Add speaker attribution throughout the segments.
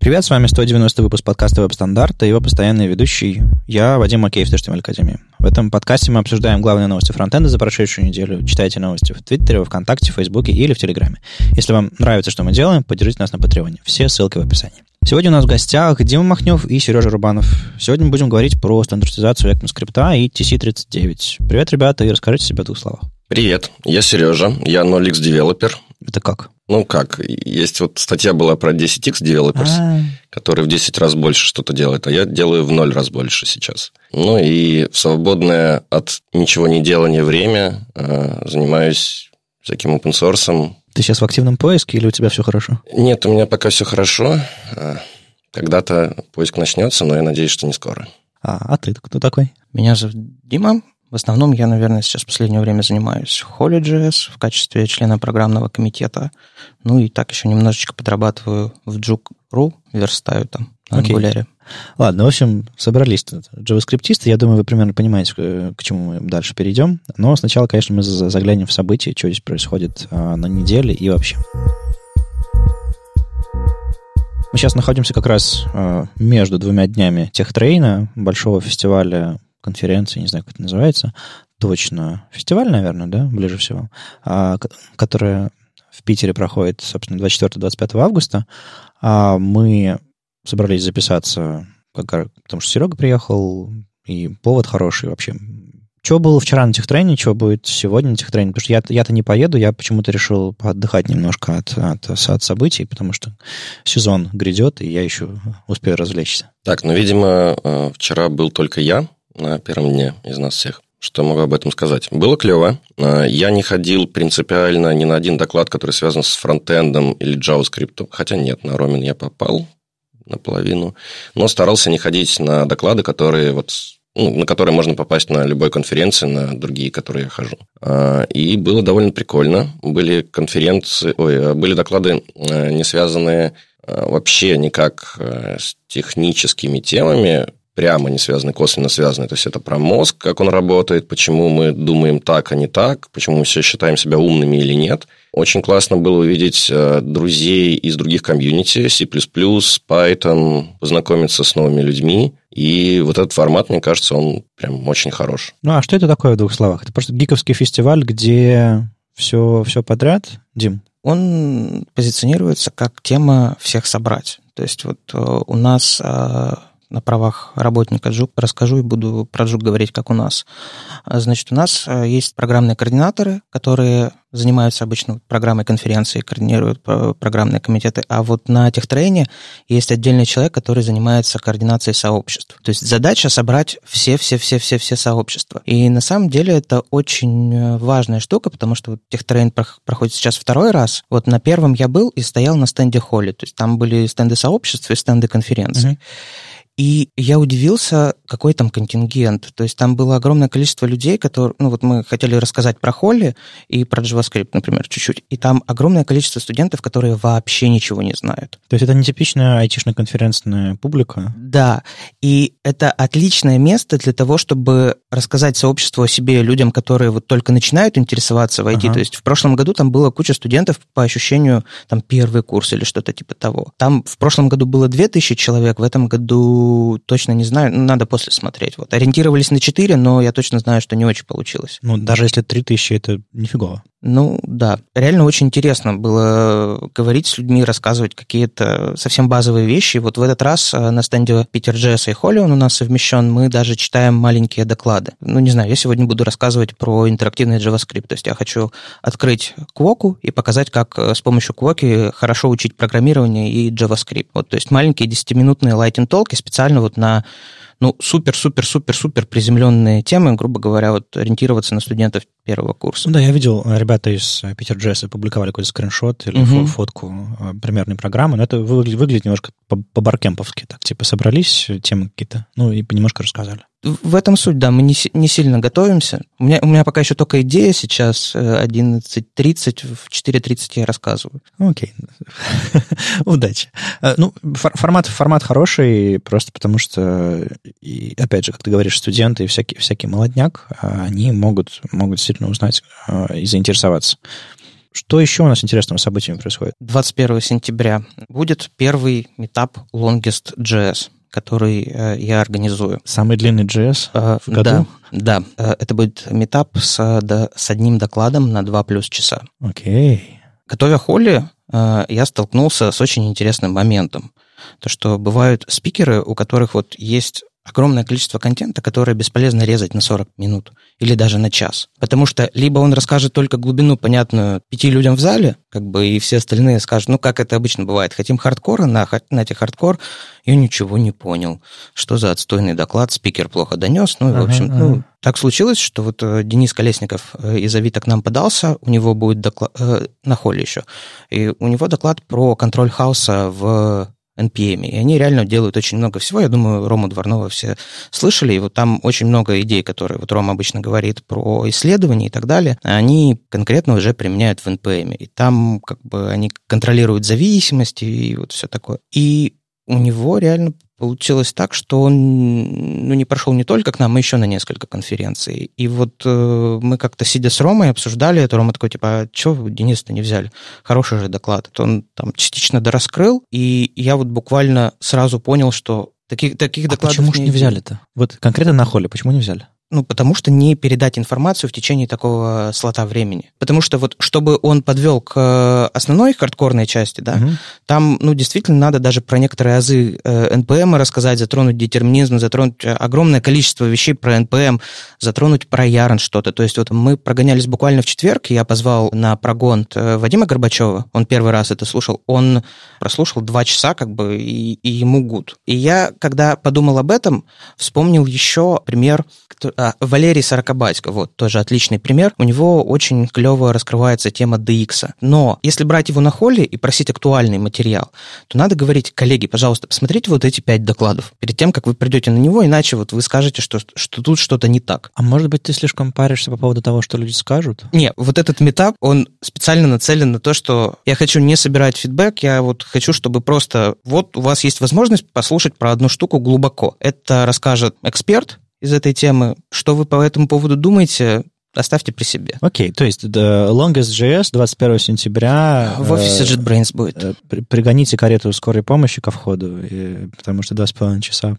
Speaker 1: Привет, с вами 190 выпуск подкаста «Веб-стандарт» и его постоянный ведущий, я, Вадим Макеев, HTML Академии. В этом подкасте мы обсуждаем главные новости фронтенда за прошедшую неделю. Читайте новости в Твиттере, ВКонтакте, в Фейсбуке или в Телеграме. Если вам нравится, что мы делаем, поддержите нас на Патреоне. Все ссылки в описании. Сегодня у нас в гостях Дима Махнев и Сережа Рубанов. Сегодня мы будем говорить про стандартизацию ECMAScript и TC39. Привет, ребята, и расскажите себя в двух словах.
Speaker 2: Привет, я Сережа, я 0x девелопер.
Speaker 1: Это как?
Speaker 2: Ну как, есть вот статья была про 10x developers, который в 10 раз больше что-то делает, а я делаю в 0 раз больше сейчас. Ну и в свободное от ничего не делания время занимаюсь всяким open-source.
Speaker 1: Ты сейчас в активном поиске или у тебя все хорошо?
Speaker 2: Нет, у меня пока все хорошо. Когда-то поиск начнется, но я надеюсь, что не скоро.
Speaker 1: А ты кто такой?
Speaker 3: Меня зовут Дима. В основном я, наверное, сейчас в последнее время занимаюсь Holy.js в качестве члена программного комитета. Ну и так еще немножечко подрабатываю в Juke.ru, верстаю там на Angular.
Speaker 1: Ладно, в общем, собрались тут джаваскриптисты. Я думаю, вы примерно понимаете, к чему мы дальше перейдем. Но сначала, конечно, мы заглянем в события, что здесь происходит на неделе и вообще. Мы сейчас находимся как раз между двумя днями Техтрейна, большого фестиваля, конференции, не знаю, как это называется, точно фестиваль, наверное, да, ближе всего, которая в Питере проходит, собственно, 24-25 августа. Мы собрались записаться, потому что Серега приехал, и повод хороший вообще. Что было вчера на Техтрейне, что будет сегодня на Техтрейне? Потому что я-то не поеду, я почему-то решил поотдыхать немножко от событий, потому что сезон грядет, и я еще успею развлечься.
Speaker 2: Так, ну, видимо, вчера был только я на первом дне из нас всех. Что могу об этом сказать? Было клево. Я не ходил принципиально ни на один доклад, который связан с фронтендом или JavaScript. Хотя нет, на Ромин я попал наполовину. Но старался не ходить на доклады, которые на которые можно попасть на любой конференции, на другие, которые я хожу. И было довольно прикольно. Были доклады, не связанные вообще никак с техническими темами, прямо не связаны, косвенно связаны. То есть это про мозг, как он работает, почему мы думаем так, а не так, почему мы все считаем себя умными или нет. Очень классно было увидеть друзей из других комьюнити, C++, Python, познакомиться с новыми людьми. И вот этот формат, мне кажется, он прям очень хорош.
Speaker 1: Ну, а что это такое в двух словах? Это просто гиковский фестиваль, где все подряд, Дим?
Speaker 3: Он позиционируется как тема всех собрать. То есть вот у нас на правах работника Juke расскажу и буду про Juke говорить, как у нас. Значит, у нас есть программные координаторы, которые занимаются обычно программой конференции, координируют программные комитеты, а вот на Техтрейне есть отдельный человек, который занимается координацией сообществ. То есть задача собрать все сообщества. И на самом деле это очень важная штука, потому что вот Техтрейн проходит сейчас второй раз. Вот на первом я был и стоял на стенде Холли, то есть там были стенды сообществ и стенды конференций. И я удивился, какой там контингент. То есть там было огромное количество людей, которые... мы хотели рассказать про Холли и про JavaScript, например, чуть-чуть. И там огромное количество студентов, которые вообще ничего не знают.
Speaker 1: То есть это не типичная айтишно-конференцная публика?
Speaker 3: Да. И это отличное место для того, чтобы рассказать сообществу о себе людям, которые вот только начинают интересоваться в IT. То есть в прошлом году там было куча студентов, по ощущению, там первый курс или что-то типа того. Там в прошлом году было 2000 человек, в этом году точно не знаю, надо после смотреть. Вот. Ориентировались на 4, но я точно знаю, что не очень получилось.
Speaker 1: Даже если 3000, это нифигово.
Speaker 3: Да. Реально очень интересно было говорить с людьми, рассказывать какие-то совсем базовые вещи. Вот в этот раз на стенде Питер.js и Холли он у нас совмещен, мы даже читаем маленькие доклады. Не знаю, я сегодня буду рассказывать про интерактивный JavaScript. То есть я хочу открыть Квоку и показать, как с помощью Квоки хорошо учить программирование и JavaScript. Вот, то есть маленькие 10-минутные лайтинг-толки специально вот на супер-супер-супер-супер приземленные темы, грубо говоря, вот ориентироваться на студентов первого курса.
Speaker 1: Да, я видел, ребята из Питер.js опубликовали какой-то скриншот или фотку примерной программы, но это выглядит немножко по-баркемповски, так, типа собрались темы какие-то, и немножко рассказали.
Speaker 3: В этом суть, да, мы не сильно готовимся. У меня пока еще только идея сейчас, 11:30, в 4:30 я рассказываю.
Speaker 1: Окей. Удачи. Формат хороший, просто потому что, и, опять же, как ты говоришь, студенты и всякий молодняк, они могут действительно узнать и заинтересоваться. Что еще у нас интересного событиями происходит?
Speaker 3: 21 сентября будет первый митап Longest.js, который я организую.
Speaker 1: Самый длинный JS в году?
Speaker 3: Да. Это будет митап с одним докладом на 2+ часа.
Speaker 1: Окей.
Speaker 3: Готовя Холли, я столкнулся с очень интересным моментом. То, что бывают спикеры, у которых вот есть огромное количество контента, которое бесполезно резать на 40 минут или даже на час. Потому что либо он расскажет только глубину, понятную 5 людям в зале, и все остальные скажут, как это обычно бывает, хотим хардкора, нате хардкор, я ничего не понял. Что за отстойный доклад, спикер плохо донес. В общем, так случилось, что вот Денис Колесников из Авито к нам подался, у него будет доклад на Холле еще, и у него доклад про контроль хаоса в NPM. И они реально делают очень много всего. Я думаю, Рому Дворнова все слышали. И вот там очень много идей, которые вот Рома обычно говорит про исследования и так далее, они конкретно уже применяют в NPM. И там они контролируют зависимости и вот все такое. И у него реально получилось так, что он не прошел не только к нам, а еще на несколько конференций. И вот мы как-то, сидя с Ромой, обсуждали это. Рома такой, а чего вы Дениса-то не взяли? Хороший же доклад. Он там частично дораскрыл, и я вот буквально сразу понял, что таких докладов...
Speaker 1: Почему же не взяли-то? Вот конкретно на Холле почему не взяли?
Speaker 3: Потому что не передать информацию в течение такого слота времени. Потому что вот, чтобы он подвел к основной хардкорной части, там, действительно надо даже про некоторые азы NPM рассказать, затронуть детерминизм, затронуть огромное количество вещей про NPM, затронуть про Yarn что-то. То есть вот мы прогонялись буквально в четверг, я позвал на прогон Вадима Горбачева, он первый раз это слушал, он прослушал 2 часа, и ему гуд. И я, когда подумал об этом, вспомнил еще пример Валерий Сорокобатько, вот, тоже отличный пример. У него очень клево раскрывается тема DX. Но если брать его на Холле и просить актуальный материал, то надо говорить, коллеги, пожалуйста, посмотрите вот эти 5 докладов перед тем, как вы придете на него, иначе вот вы скажете, что тут что-то не так.
Speaker 1: А может быть, ты слишком паришься по поводу того, что люди скажут?
Speaker 3: Не, вот этот митап, он специально нацелен на то, что я хочу не собирать фидбэк, я вот хочу, чтобы просто вот у вас есть возможность послушать про одну штуку глубоко. Это расскажет эксперт из этой темы. Что вы по этому поводу думаете, оставьте при себе.
Speaker 1: Окей, то есть Longest.js 21 сентября...
Speaker 3: В офисе JetBrains будет.
Speaker 1: Пригоните карету скорой помощи ко входу, потому что 2,5 часа.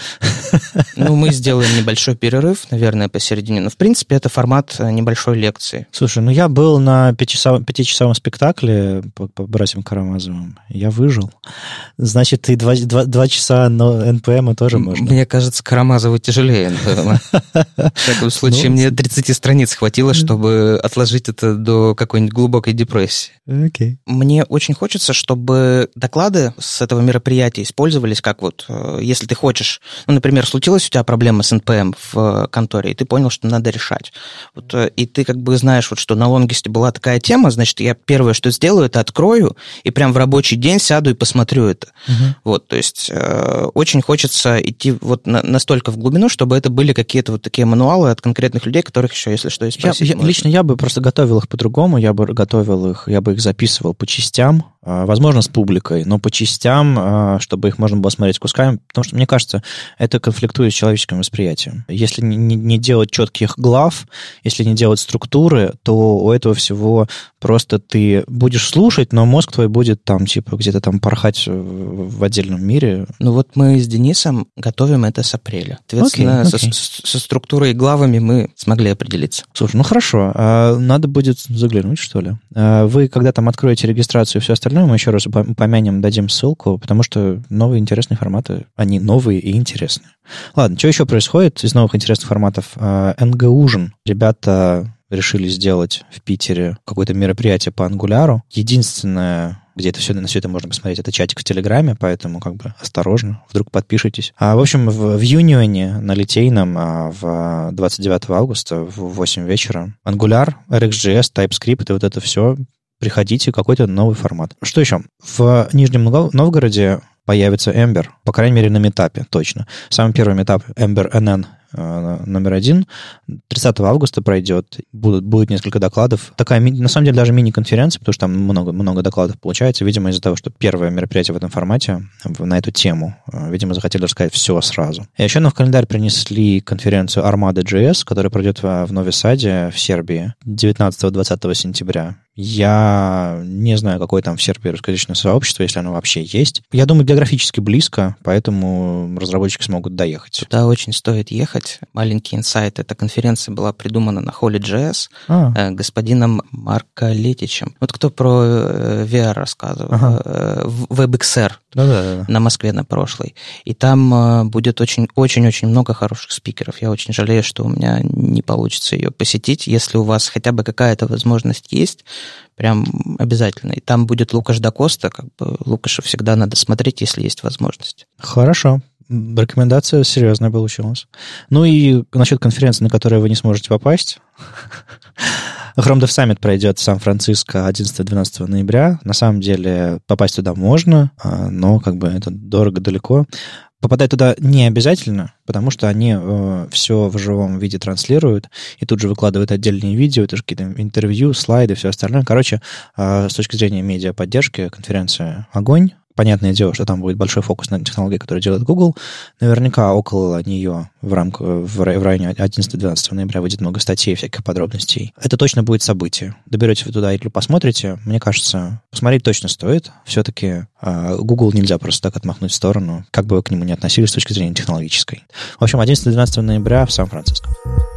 Speaker 3: Мы сделаем небольшой перерыв, наверное, посередине. Но, в принципе, это формат небольшой лекции.
Speaker 1: Слушай, я был на 5-часовом спектакле по братьям Карамазовым. Я выжил. Значит, и 2 часа NPM тоже можно.
Speaker 3: Мне кажется, Карамазову тяжелее NPM. В всяком случае, мне 30 страниц хватило, чтобы отложить это до какой-нибудь глубокой депрессии.
Speaker 1: Okay.
Speaker 3: Мне очень хочется, чтобы доклады с этого мероприятия использовались как если ты хочешь, например, случилась у тебя проблема с NPM в конторе, и ты понял, что надо решать. И ты знаешь, что на Лонгесте была такая тема, значит, я первое, что сделаю, это открою, и прям в рабочий день сяду и посмотрю это. То есть очень хочется идти настолько в глубину, чтобы это были какие-то такие мануалы от конкретных людей, которых еще, если что, и спросить.
Speaker 1: Лично я бы просто готовил их по-другому, я бы их записывал по частям, возможно, с публикой, но по частям, чтобы их можно было смотреть кусками, потому что, мне кажется, это конфликтует с человеческим восприятием. Если не делать четких глав, если не делать структуры, то у этого всего просто ты будешь слушать, но мозг твой будет где-то порхать в отдельном мире.
Speaker 3: Мы с Денисом готовим это с апреля. Соответственно, со структурой и главами мы смогли определиться.
Speaker 1: Слушай, хорошо. Надо будет заглянуть, что ли. Вы, когда откроете регистрацию и все остальное, мы еще раз упомянем, дадим ссылку, потому что новые интересные форматы, они новые и интересные. Ладно, что еще происходит из новых интересных форматов? NG-ужин. Ребята решили сделать в Питере какое-то мероприятие по ангуляру. Единственное, где на все это можно посмотреть, это чатик в Телеграме, поэтому осторожно, вдруг подпишитесь. В общем, в Юнионе на Литейном 29 августа в 8 вечера Angular, RxJS, TypeScript и вот это все. Приходите, какой-то новый формат. Что еще? В Нижнем Новгороде появится Ember, по крайней мере, на митапе, точно. Самый первый митап Ember NN номер 1. 30 августа пройдет, будет несколько докладов. Такая, на самом деле, даже мини-конференция, потому что там много докладов получается. Видимо, из-за того, что первое мероприятие в этом формате на эту тему, видимо, захотели рассказать все сразу. И еще нам в календарь принесли конференцию Armada.js, которая пройдет в Нови Саде в Сербии 19-20 сентября. Я не знаю, какое там в Сербии русскоязычное сообщество, если оно вообще есть. Я думаю, географически близко, поэтому разработчики смогут доехать.
Speaker 3: Туда очень стоит ехать. Маленький инсайт. Эта конференция была придумана на Holy.js господином Марко Летичем. Вот кто про VR рассказывал. WebXR на Москве на прошлой. И там будет очень-очень много хороших спикеров. Я очень жалею, что у меня не получится ее посетить. Если у вас хотя бы какая-то возможность есть, прям обязательно. И там будет Лукаш да Коста. Лукаша всегда надо смотреть, если есть возможность.
Speaker 1: Хорошо. Рекомендация серьезная получилась. Ну и насчет конференции, на которую вы не сможете попасть. Chrome Dev Summit пройдет в Сан-Франциско 11-12 ноября. На самом деле попасть туда можно, но это дорого, далеко. Попадать туда не обязательно, потому что они все в живом виде транслируют и тут же выкладывают отдельные видео, это же какие-то интервью, слайды, все остальное. Короче, с точки зрения медиаподдержки конференция огонь. Понятное дело, что там будет большой фокус на технологии, которые делает Google. Наверняка около нее в районе 11-12 ноября выйдет много статей, всяких подробностей. Это точно будет событие. Доберетесь вы туда или посмотрите. Мне кажется, посмотреть точно стоит. Все-таки Google нельзя просто так отмахнуть в сторону, как бы вы к нему ни относились с точки зрения технологической. В общем, 11-12 ноября в Сан-Франциско.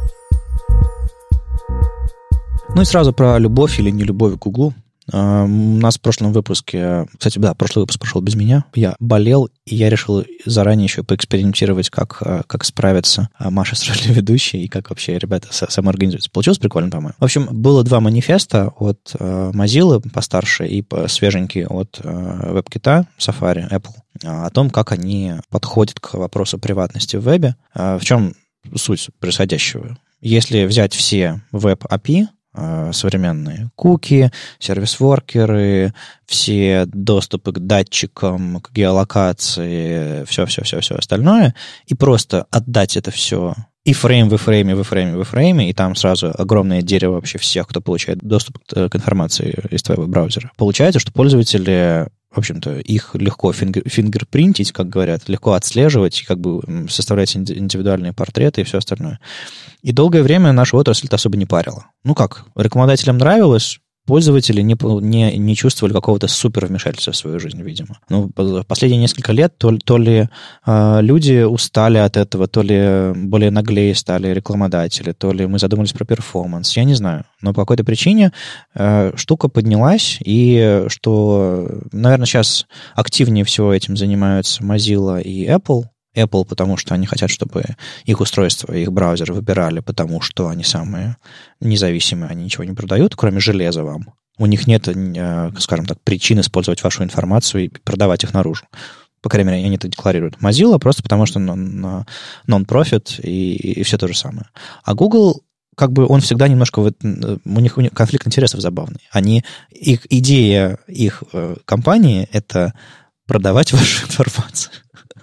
Speaker 1: Ну и сразу про любовь или нелюбовь к Google. У нас в прошлом выпуске, кстати, да, прошлый выпуск прошел без меня, я болел, и я решил заранее еще поэкспериментировать, как справиться Маша с ролью ведущей, и как вообще ребята самоорганизуются. Получилось прикольно, по-моему. В общем, было 2 манифеста от Mozilla постарше и свеженький от WebKit, Safari, Apple, о том, как они подходят к вопросу приватности в вебе. В чем суть происходящего? Если взять все веб-API, современные куки, сервис-воркеры, все доступы к датчикам, к геолокации, все остальное, и просто отдать это все и фрейм в фрейме, и там сразу огромное дерево вообще всех, кто получает доступ к информации из твоего браузера. Получается, что пользователи, в общем-то, их легко фингерпринтить, как говорят, легко отслеживать, составлять индивидуальные портреты и все остальное. И долгое время нашу отрасль-то особо не парила. Рекламодателям нравилось, пользователи не чувствовали какого-то супер вмешательства в свою жизнь, видимо. Последние несколько лет то ли люди устали от этого, то ли более наглее стали рекламодатели, то ли мы задумались про перформанс, я не знаю. Но по какой-то причине штука поднялась, и что, наверное, сейчас активнее всего этим занимаются Mozilla и Apple. Apple, потому что они хотят, чтобы их устройства, их браузеры выбирали, потому что они самые независимые, они ничего не продают, кроме железа вам. У них нет, скажем так, причин использовать вашу информацию и продавать их наружу. По крайней мере, они это декларируют. Mozilla просто потому что non-profit и все то же самое. А Google, он всегда немножко... У них конфликт интересов забавный. Идея их компании — это продавать вашу информацию.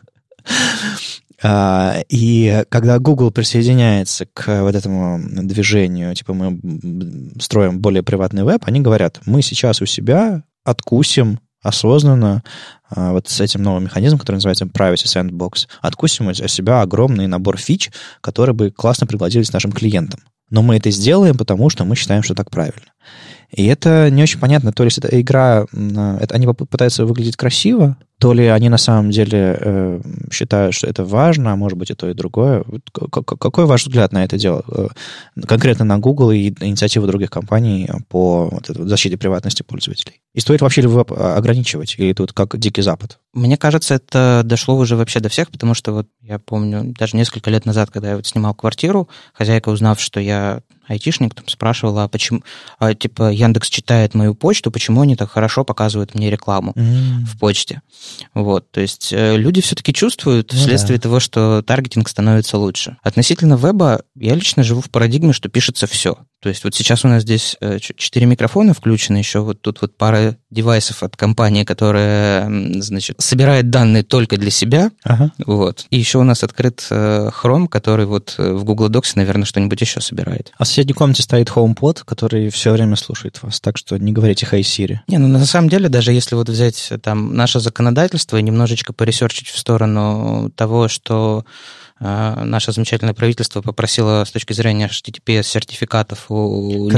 Speaker 1: И когда Google присоединяется к этому движению, мы строим более приватный веб, они говорят, мы сейчас у себя откусим осознанно с этим новым механизмом, который называется Privacy Sandbox, откусим от себя огромный набор фич, которые бы классно пригодились нашим клиентам. Но мы это сделаем, потому что мы считаем, что так правильно. И это не очень понятно, то ли это игра, они пытаются выглядеть красиво, то ли они на самом деле считают, что это важно, а может быть и то, и другое. Какой ваш взгляд на это дело? Конкретно на Google и инициативы других компаний по защите приватности пользователей? И стоит вообще ли веб ограничивать? Или тут как Дикий Запад?
Speaker 3: Мне кажется, это дошло уже вообще до всех, потому что я помню, даже несколько лет назад, когда я снимал квартиру, хозяйка, узнав, что я айтишник, спрашивала, а почему, Яндекс читает мою почту, почему они так хорошо показывают мне рекламу в почте. То есть люди все-таки чувствуют вследствие того, что таргетинг становится лучше. Относительно веба я лично живу в парадигме, что пишется все. То есть вот сейчас у нас здесь 4 микрофона включены, еще вот тут вот пара девайсов от компании, которая, значит, собирает данные только для себя.
Speaker 1: Ага.
Speaker 3: Вот. И еще у нас открыт Chrome, который вот в Google Docs, наверное, что-нибудь еще собирает.
Speaker 1: А в соседней комнате стоит HomePod, который все время слушает вас, так что не говорите «Hey Siri».
Speaker 3: Не, ну на самом деле, даже если вот взять там наше законодательство и немножечко поресерчить в сторону того, что наше замечательное правительство попросило с точки зрения HTTPS-сертификатов у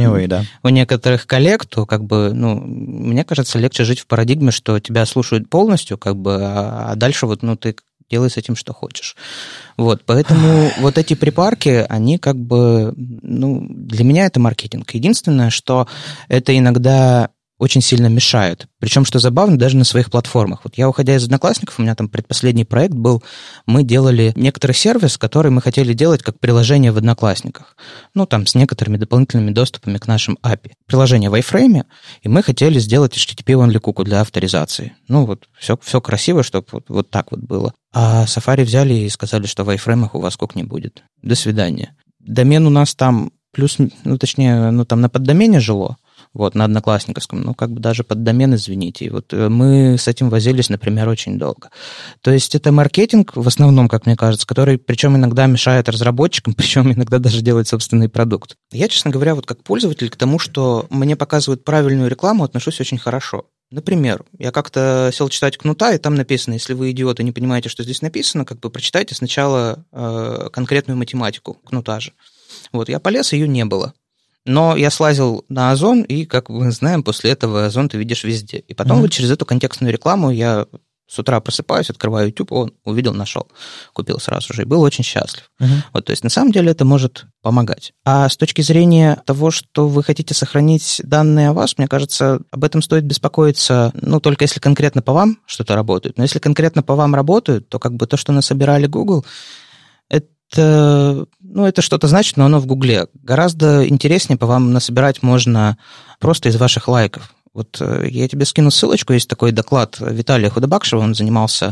Speaker 3: некоторых коллег, то как бы, ну, мне кажется, легче жить в парадигме, что тебя слушают полностью, как бы, а дальше вот, ну, ты делай с этим, что хочешь. Вот, поэтому вот эти припарки, они как бы, ну, для меня это маркетинг. Единственное, что это иногда очень сильно мешает. Причем, что забавно, даже на своих платформах. Вот я, уходя из Одноклассников, у меня там предпоследний проект был, мы делали некоторый сервис, который мы хотели делать как приложение в Одноклассниках. Ну, там, с некоторыми дополнительными доступами к нашим API. Приложение в iFrame, и мы хотели сделать HTTP-only cookie для авторизации. Ну, вот, все красиво, чтобы вот так вот было. А Safari взяли и сказали, что в iFrame у вас кук не будет. До свидания. Домен у нас там плюс, ну, точнее, ну, там на поддомене жило, вот, на Одноклассниковском, ну, как бы даже под домен, извините. И вот мы с этим возились, например, очень долго. То есть это маркетинг, в основном, как мне кажется, который, причем иногда мешает разработчикам, причем иногда даже делает собственный продукт. Я, честно говоря, вот как пользователь к тому, что мне показывают правильную рекламу, отношусь очень хорошо. Например, я как-то сел читать Кнута, и там написано, если вы идиоты не понимаете, что здесь написано, как бы прочитайте сначала конкретную математику Кнута же. Вот, я полез, ее не было. Но я слазил на Озон, и, как мы знаем, после этого Озон ты видишь везде. И потом вот через эту контекстную рекламу я с утра просыпаюсь, открываю YouTube, увидел, нашел, купил сразу же, и был очень счастлив. Вот, то есть, на самом деле, это может помогать. А с точки зрения того, что вы хотите сохранить данные о вас, мне кажется, об этом стоит беспокоиться, ну, только если конкретно по вам что-то работает. Но если конкретно по вам работает, то как бы то, что насобирали Google, это что-то значит, но оно в Гугле. Гораздо интереснее по вам насобирать можно просто из ваших лайков. Вот я тебе скину ссылочку, есть такой доклад Виталия Худобакшева, он занимался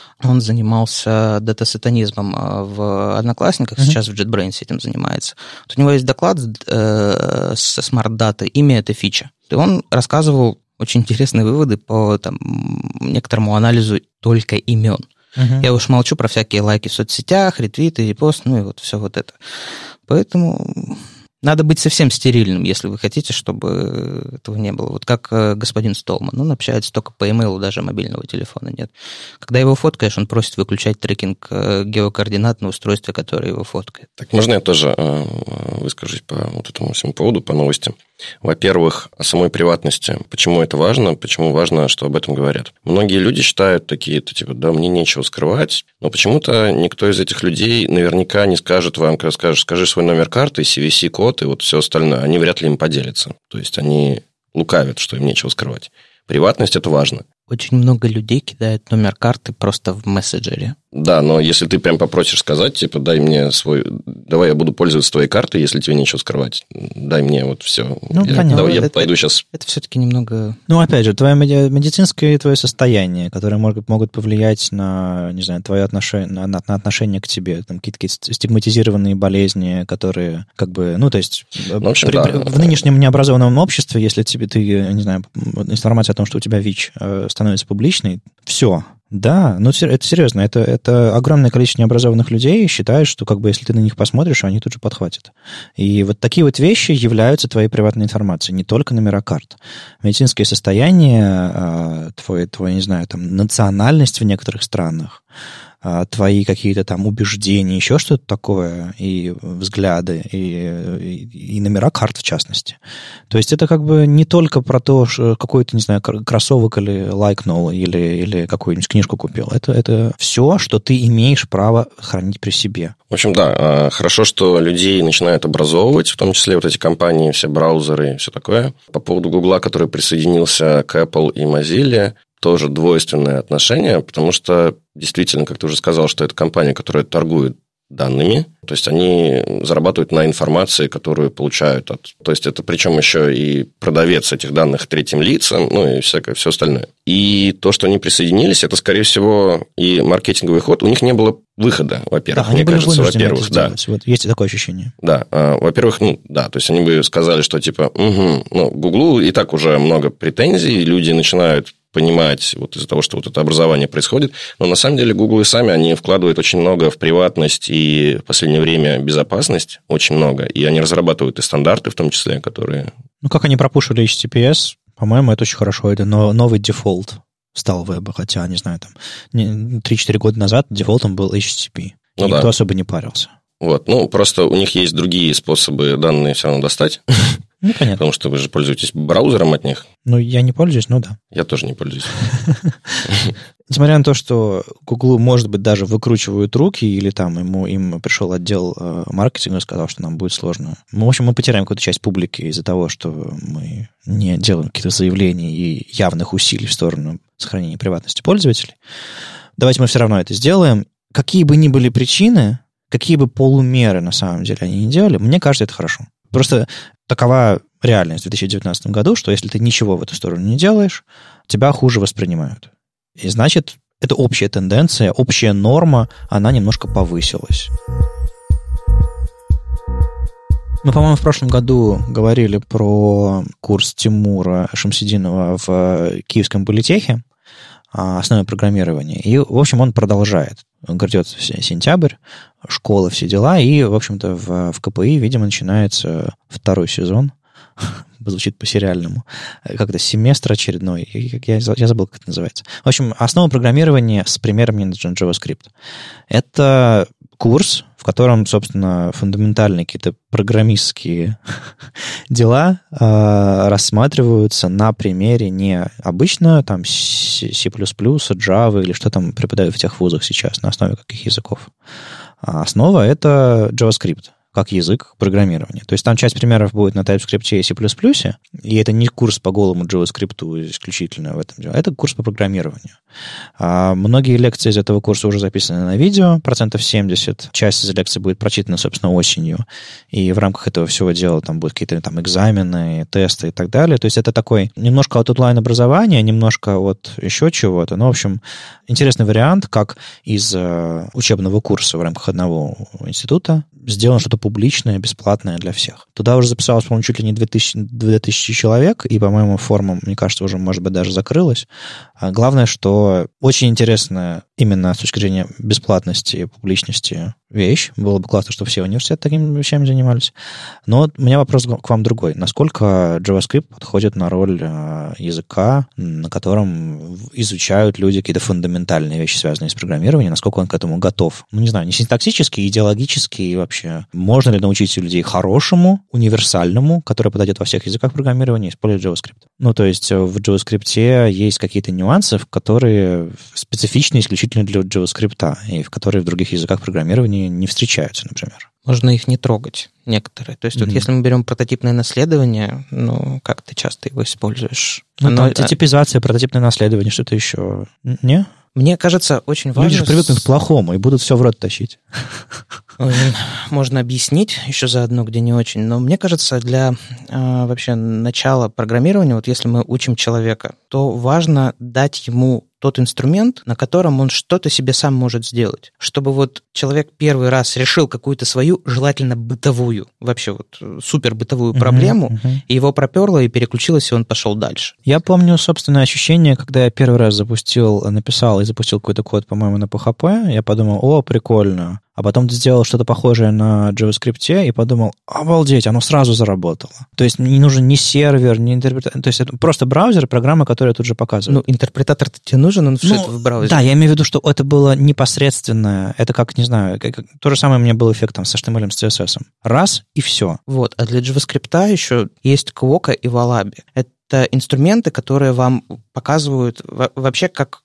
Speaker 3: дата-сатанизмом в Одноклассниках, сейчас в JetBrains этим занимается. Вот у него есть доклад со Smart Data, имя – это фича. И он рассказывал очень интересные выводы по там, некоторому анализу только имен. Я уж молчу про всякие лайки в соцсетях, ретвиты, репост, ну и вот все вот это. Поэтому надо быть совсем стерильным, если вы хотите, чтобы этого не было. Вот как господин Столман, он общается только по имейлу, даже мобильного телефона нет. Когда его фоткаешь, он просит выключать трекинг геокоординат на устройстве, которое его фоткает.
Speaker 2: Так, можно я тоже выскажусь по вот этому всему поводу, по новости? Во-первых, о самой приватности. Почему это важно? Почему важно, что об этом говорят? Многие люди считают такие-то, типа, да, мне нечего скрывать, но почему-то никто из этих людей наверняка не скажет вам, когда скажешь, скажи свой номер карты, CVC-код и вот все остальное. Они вряд ли им поделятся. То есть, они лукавят, что им нечего скрывать. Приватность – это важно.
Speaker 3: Очень много людей кидают номер карты просто в мессенджере.
Speaker 2: Да, но если ты прям попросишь сказать, типа, дай мне давай я буду пользоваться твоей картой, если тебе нечего скрывать, дай мне вот все.
Speaker 1: Ну, понятно.
Speaker 2: Давай, я пойду сейчас.
Speaker 3: Это все-таки немного...
Speaker 1: Ну, опять же, твое медицинское и твое состояние, которые могут повлиять на, не знаю, твое отношение, на отношение к тебе, там какие-то стигматизированные болезни, которые, как бы, ну, то есть,
Speaker 2: в общем,
Speaker 1: в нынешнем необразованном обществе, если ты, не знаю, информация о том, что у тебя ВИЧ становится публичной, все. Да, но это серьезно. Это огромное количество необразованных людей считают, что как бы если ты на них посмотришь, они тут же подхватят. И вот такие вот вещи являются твоей приватной информацией, не только номера карт. Медицинское состояние, твой, не знаю, там, национальность в некоторых странах, твои какие-то там убеждения, еще что-то такое, и взгляды, и номера карт в частности. То есть это как бы не только про то, что какой-то, не знаю, кроссовок или лайкнул, или какую-нибудь книжку купил. Это все, что ты имеешь право хранить при себе.
Speaker 2: В общем, да, хорошо, что людей начинают образовывать, в том числе вот эти компании, все браузеры и все такое. По поводу Гугла, который присоединился к Apple и Mozilla, тоже двойственное отношение, потому что действительно, как ты уже сказал, что это компания, которая торгует данными, то есть они зарабатывают на информации, которую получают То есть это причем еще и продавец этих данных третьим лицам, и всякое все остальное. И то, что они присоединились, это, скорее всего, и маркетинговый ход. У них не было выхода, во-первых,
Speaker 1: да, мне кажется,
Speaker 2: во-первых, да.
Speaker 1: Вот есть такое ощущение.
Speaker 2: Да, во-первых, то есть они бы сказали, что типа, Гуглу и так уже много претензий, люди начинают понимать вот из-за того, что вот это образование происходит. Но на самом деле Google и сами, они вкладывают очень много в приватность и в последнее время безопасность, очень много. И они разрабатывают и стандарты, в том числе, которые...
Speaker 1: Как они пропушили HTTPS, по-моему, это очень хорошо. Это новый дефолт стал веба, хотя, не знаю, 3-4 года назад дефолтом был HTTP. Никто особо не парился.
Speaker 2: Вот, просто у них есть другие способы данные все равно достать.
Speaker 1: Понятно.
Speaker 2: Потому что вы же пользуетесь браузером от них.
Speaker 1: Я не пользуюсь, да.
Speaker 2: Я тоже не пользуюсь.
Speaker 1: Несмотря на то, что Google, может быть, даже выкручивают руки, или им пришел отдел маркетинга и сказал, что нам будет сложно. В общем, мы потеряем какую-то часть публики из-за того, что мы не делаем каких-то заявлений и явных усилий в сторону сохранения приватности пользователей. Давайте мы все равно это сделаем. Какие бы ни были причины, какие бы полумеры на самом деле они не делали, мне кажется, это хорошо. Просто такова реальность в 2019 году, что если ты ничего в эту сторону не делаешь, тебя хуже воспринимают. И значит, это общая тенденция, общая норма, она немножко повысилась. Мы, по-моему, в прошлом году говорили про курс Тимура Шамсидинова в Киевском политехе, основы программирования. И, в общем, он продолжает. Грядет сентябрь, школа, все дела. И, в общем-то, в КПИ, видимо, начинается второй сезон. Звучит по-сериальному. Как-то семестр очередной. Я забыл, как это называется. В общем, основа программирования с примерами на JavaScript. Это курс, в котором, собственно, фундаментальные какие-то программистские дела рассматриваются на примере не обычно C++, Java или что там преподают в тех вузах сейчас, на основе каких языков. А основа — это JavaScript как язык программирования. То есть там часть примеров будет на TypeScript и C++, и это не курс по голому JavaScript исключительно в этом деле, это курс по программированию. Многие лекции из этого курса уже записаны на видео, 70%. Часть из лекций будет прочитана, собственно, осенью, и в рамках этого всего дела там будут какие-то экзамены, тесты и так далее. То есть это такой немножко от онлайн-образования, немножко от еще чего-то. В общем, интересный вариант, как из учебного курса в рамках одного института сделано что-то публичное, бесплатное для всех. Туда уже записалось, по-моему, чуть ли не 2000 человек, и, по-моему, форма, мне кажется, уже, может быть, даже закрылась. Главное, что очень интересная именно с точки зрения бесплатности и публичности вещь. Было бы классно, чтобы все университеты такими вещами занимались. Но у меня вопрос к вам другой. Насколько JavaScript подходит на роль языка, на котором изучают люди какие-то фундаментальные вещи, связанные с программированием, насколько он к этому готов? Не знаю, не синтаксически, идеологически и вообще. Можно ли научить людей хорошему, универсальному, который подойдет во всех языках программирования, использовать JavaScript? То есть в JavaScript есть какие-то нюансы, которые специфичны исключительно для JavaScript, и в которые в других языках программирования не встречаются, например.
Speaker 3: Можно их не трогать, некоторые. То есть вот если мы берем прототипное наследование, как ты часто его используешь?
Speaker 1: Типизация, прототипное наследование, что-то еще. Не?
Speaker 3: Мне кажется, очень важно...
Speaker 1: Люди же привыкнут к плохому и будут все в рот тащить.
Speaker 3: Можно объяснить еще заодно, где не очень. Но мне кажется, для вообще начала программирования, вот если мы учим человека, то важно дать ему тот инструмент, на котором он что-то себе сам может сделать. Чтобы вот человек первый раз решил какую-то свою, желательно бытовую, вообще вот супер бытовую проблему, и его проперло, и переключилось, и он пошел дальше.
Speaker 1: Я помню собственное ощущение, когда я первый раз написал и запустил какой-то код, по-моему, на PHP, я подумал, прикольно. А потом сделал что-то похожее на JavaScript и подумал, обалдеть, оно сразу заработало. То есть не нужен ни сервер, ни интерпретатор. То есть это просто браузер, программа, которая тут же показывает.
Speaker 3: Интерпретатор-то тебе нужен, он все это в браузере.
Speaker 1: Да, я имею в виду, что это было непосредственное. Это как, не знаю, то же самое у меня был эффект с HTML, с CSS. Раз, и все.
Speaker 3: Вот, а для JavaScript еще есть Квока и Wallaby. Это инструменты, которые вам показывают вообще, как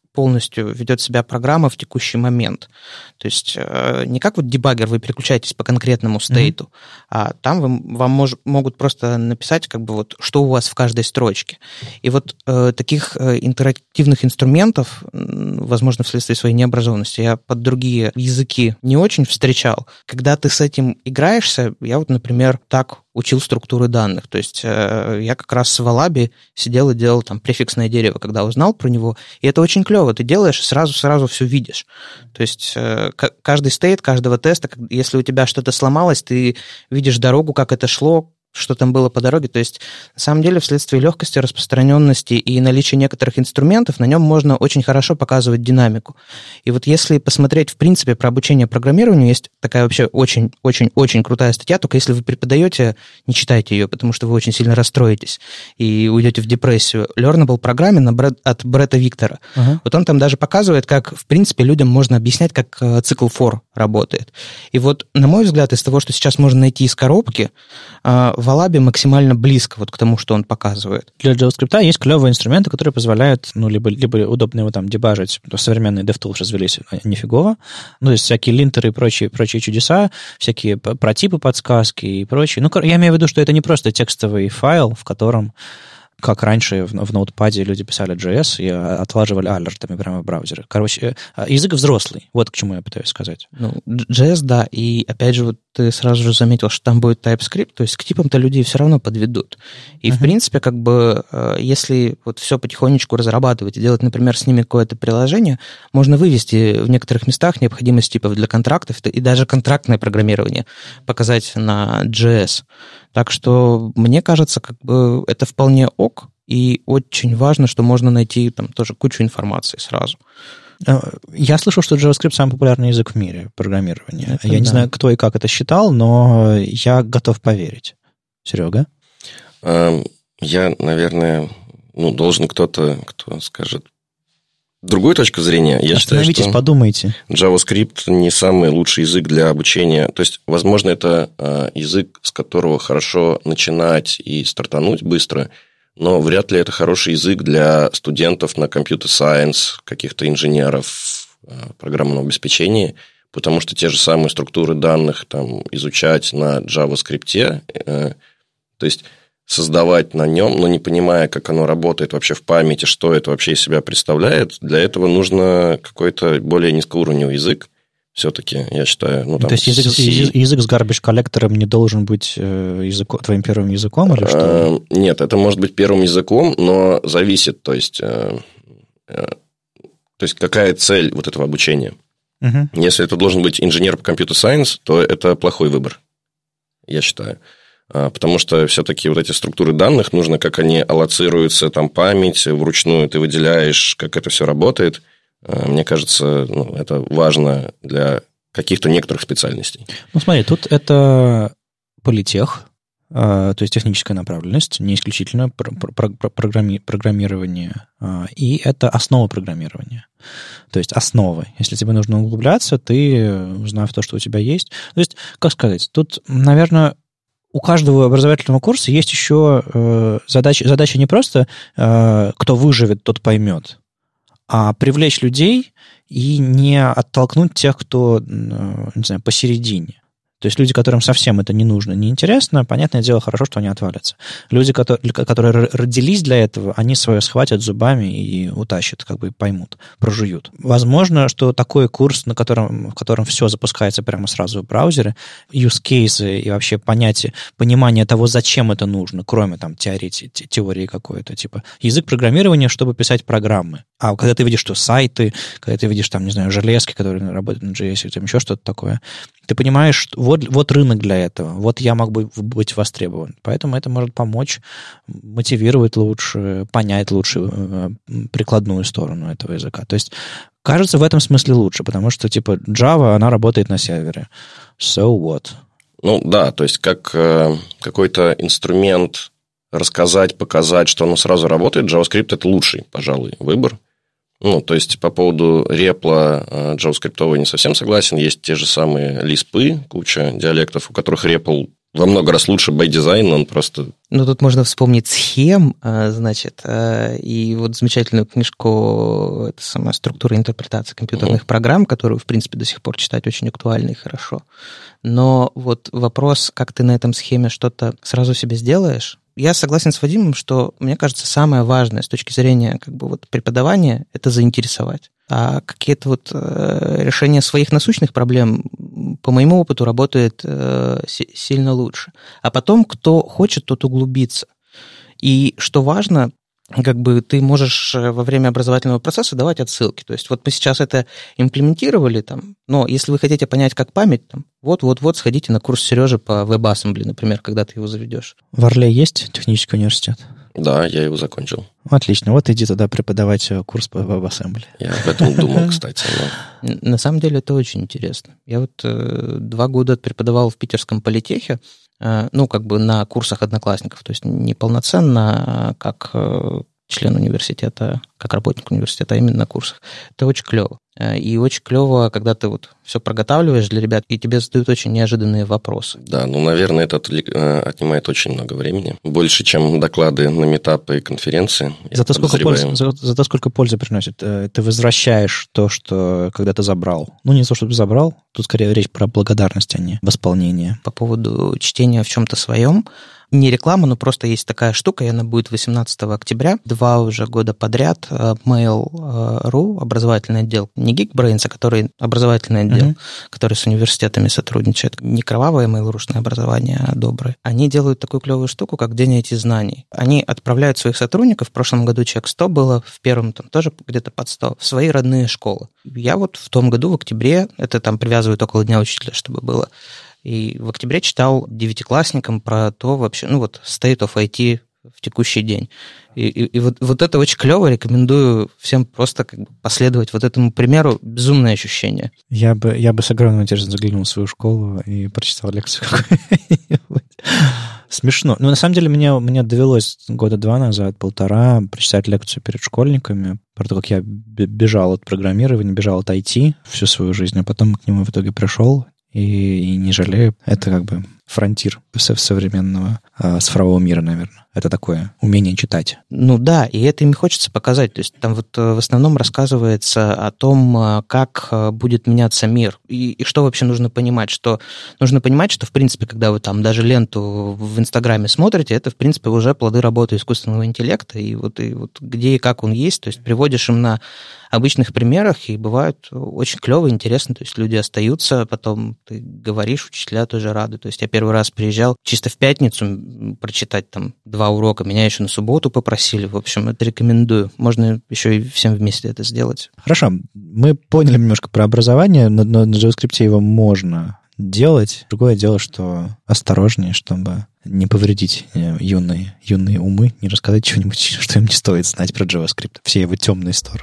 Speaker 3: полностью ведет себя программа в текущий момент. То есть не как вот дебаггер, вы переключаетесь по конкретному стейту, а там вам могут просто написать, как бы вот, что у вас в каждой строчке. И вот таких интерактивных инструментов, возможно, вследствие своей необразованности, я под другие языки не очень встречал. Когда ты с этим играешься, я вот, например, так учил структуры данных. То есть я как раз в Алабе сидел и делал там префиксное дерево, когда узнал про него, и это очень клево. Ты делаешь и сразу все видишь. То есть каждый стейт, каждого теста, если у тебя что-то сломалось, ты видишь дорогу, как это шло, что там было по дороге. То есть, на самом деле, вследствие легкости, распространенности и наличия некоторых инструментов, на нем можно очень хорошо показывать динамику. И вот если посмотреть, в принципе, про обучение программированию, есть такая вообще очень-очень-очень крутая статья, только если вы преподаете, не читайте ее, потому что вы очень сильно расстроитесь и уйдете в депрессию. Learnable Programming от Бретта Виктора. Вот он там даже показывает, как, в принципе, людям можно объяснять, как цикл for работает. И вот, на мой взгляд, из того, что сейчас можно найти из коробки, в Алабе максимально близко вот к тому, что он показывает.
Speaker 1: Для JavaScript есть клевые инструменты, которые позволяют, либо удобно его там дебажить. Современные DevTools развелись нифигово. То есть всякие линтеры и прочие чудеса, всякие протипы, подсказки и прочее. Я имею в виду, что это не просто текстовый файл, в котором, как раньше в ноутпаде люди писали JS и отлаживали алертами прямо в браузере. Короче, язык взрослый. Вот к чему я пытаюсь сказать.
Speaker 3: JS, да. И, опять же, вот ты сразу же заметил, что там будет TypeScript, то есть к типам-то людей все равно подведут. И, в принципе, как бы, если вот все потихонечку разрабатывать и делать, например, с ними какое-то приложение, можно вывести в некоторых местах необходимость типов для контрактов и даже контрактное программирование показать на JS. Так что, мне кажется, как бы это вполне ок, и очень важно, что можно найти там тоже кучу информации сразу.
Speaker 1: Я слышал, что JavaScript самый популярный язык в мире программирования. Я не знаю, кто и как это считал, но я готов поверить. Серега?
Speaker 2: Я, наверное, должен кто-то, кто скажет другую точку зрения. Я
Speaker 1: Остановитесь,
Speaker 2: считаю, что
Speaker 1: подумайте.
Speaker 2: JavaScript не самый лучший язык для обучения. То есть, возможно, это язык, с которого хорошо начинать и стартануть быстро, но вряд ли это хороший язык для студентов на computer science, каких-то инженеров программного обеспечения, потому что те же самые структуры данных там, изучать на JavaScript, то есть создавать на нем, но не понимая, как оно работает вообще в памяти, что это вообще из себя представляет, для этого нужно какой-то более низкоуровневый язык. Все-таки, я считаю...
Speaker 1: То есть язык с garbage-коллектором не должен быть твоим первым языком или что?
Speaker 2: Нет, это может быть первым языком, но зависит, то есть какая цель вот этого обучения. Если это должен быть инженер по computer science, то это плохой выбор, я считаю. Потому что все-таки вот эти структуры данных, нужно, как они аллоцируются, там память, вручную ты выделяешь, как это все работает. Мне кажется, это важно для каких-то некоторых специальностей.
Speaker 1: Смотри, тут это политех, то есть техническая направленность, не исключительно программирование, и это основа программирования. То есть основы. Если тебе нужно углубляться, ты, узнав то, что у тебя есть... То есть, как сказать, тут, наверное... У каждого образовательного курса есть еще задача не просто кто выживет, тот поймет, а привлечь людей и не оттолкнуть тех, кто, не знаю, посередине. То есть люди, которым совсем это не нужно, не интересно, понятное дело, хорошо, что они отвалятся. Люди, которые родились для этого, они свое схватят зубами и утащат, как бы поймут, прожуют. Возможно, что такой курс, в котором все запускается прямо сразу в браузере, use cases и вообще понимание того, зачем это нужно, кроме там теории какой-то, типа язык программирования, чтобы писать программы. А когда ты видишь, что сайты, когда ты видишь там, не знаю, железки, которые работают на JS, или там еще что-то такое, ты понимаешь, что вот рынок для этого, вот я мог бы быть востребован. Поэтому это может помочь мотивировать лучше, понять лучше прикладную сторону этого языка. То есть, кажется, в этом смысле лучше, потому что, типа, Java, она работает на сервере. So what?
Speaker 2: Да, то есть, как какой-то инструмент рассказать, показать, что оно сразу работает, JavaScript – это лучший, пожалуй, выбор. То есть, по поводу репла JavaScript не совсем согласен. Есть те же самые лиспы, куча диалектов, у которых репл во много раз лучше by design, он просто...
Speaker 3: Ну, тут можно вспомнить схем, значит, и вот замечательную книжку, это самая структура интерпретации компьютерных программ, которую, в принципе, до сих пор читать очень актуально и хорошо. Но вот вопрос, как ты на этом схеме что-то сразу себе сделаешь, я согласен с Вадимом, что, мне кажется, самое важное с точки зрения как бы вот преподавания – это заинтересовать. А какие-то вот решения своих насущных проблем, по моему опыту, работает сильно лучше. А потом, кто хочет, тот углубится. И что важно, как бы ты можешь во время образовательного процесса давать отсылки. То есть вот мы сейчас это имплементировали, там, но если вы хотите понять, как память, там, вот, сходите на курс Сережи по WebAssembly, например, когда ты его заведешь.
Speaker 1: В Орле есть технический университет?
Speaker 2: Да, я его закончил.
Speaker 1: Отлично. Вот иди туда преподавать курс по WebAssembly.
Speaker 2: Я об этом думал, кстати. Но...
Speaker 3: На самом деле это очень интересно. Я вот 2 года преподавал в Питерском политехе, ну, как бы на курсах одноклассников, то есть не полноценно, как член университета, как работник университета, а именно на курсах. Это очень клево. И очень клево, когда ты вот все проготавливаешь для ребят, и тебе задают очень неожиданные вопросы.
Speaker 2: Да, ну, наверное, это отнимает очень много времени. Больше, чем доклады на митапы и конференции.
Speaker 1: Зато сколько пользы приносит. Ты возвращаешь то, что когда-то забрал. Ну, не то, чтобы забрал, тут скорее речь про благодарность, а не восполнение.
Speaker 3: По поводу чтения в чем-то своем, не реклама, но просто есть такая штука, и она будет 18 октября, 2 уже года подряд, Mail.ru, образовательный отдел, не Geekbrains, а который образовательный отдел, который с университетами сотрудничает, не кровавое Mail.ru-шное образование, а доброе. Они делают такую клевую штуку, как День IT-знаний. Они отправляют своих сотрудников, в прошлом году человек 100 было, в первом там тоже где-то под 100, в свои родные школы. Я вот в том году, в октябре, это там привязывают около Дня учителя, чтобы было, и в октябре читал 9-классникам про то вообще, ну вот, state of IT в текущий день. И вот это очень клево, рекомендую всем просто как бы последовать вот этому примеру. Безумное ощущение.
Speaker 1: Я бы с огромным интересом заглянул в свою школу и прочитал лекцию какую-нибудь. Смешно. Ну, на самом деле, мне довелось 2 года назад, 1,5, прочитать лекцию перед школьниками про то, как я бежал от программирования, бежал от IT всю свою жизнь, а потом к нему в итоге пришел. И не жалею. Это как бы фронтир современного цифрового мира, наверное. Это такое умение читать.
Speaker 3: Ну да, и это им хочется показать. То есть там вот в основном рассказывается о том, как будет меняться мир. И что вообще нужно понимать? Нужно понимать, что, в принципе, когда вы там даже ленту в Инстаграме смотрите, это, в принципе, уже плоды работы искусственного интеллекта. И вот где и как он есть, то есть приводишь им на обычных примерах, и бывают очень клево, интересно. То есть люди остаются, потом ты говоришь, учителя тоже рады. То есть я первый раз приезжал чисто в пятницу прочитать там 2 урока, меня еще на субботу попросили. В общем, это рекомендую. Можно еще и всем вместе это сделать.
Speaker 1: Хорошо, мы поняли немножко про образование, но на JavaScript его можно делать. Другое дело, что осторожнее, чтобы не повредить юные умы, не рассказать чего-нибудь, что им не стоит знать про JavaScript. Все его темные стороны.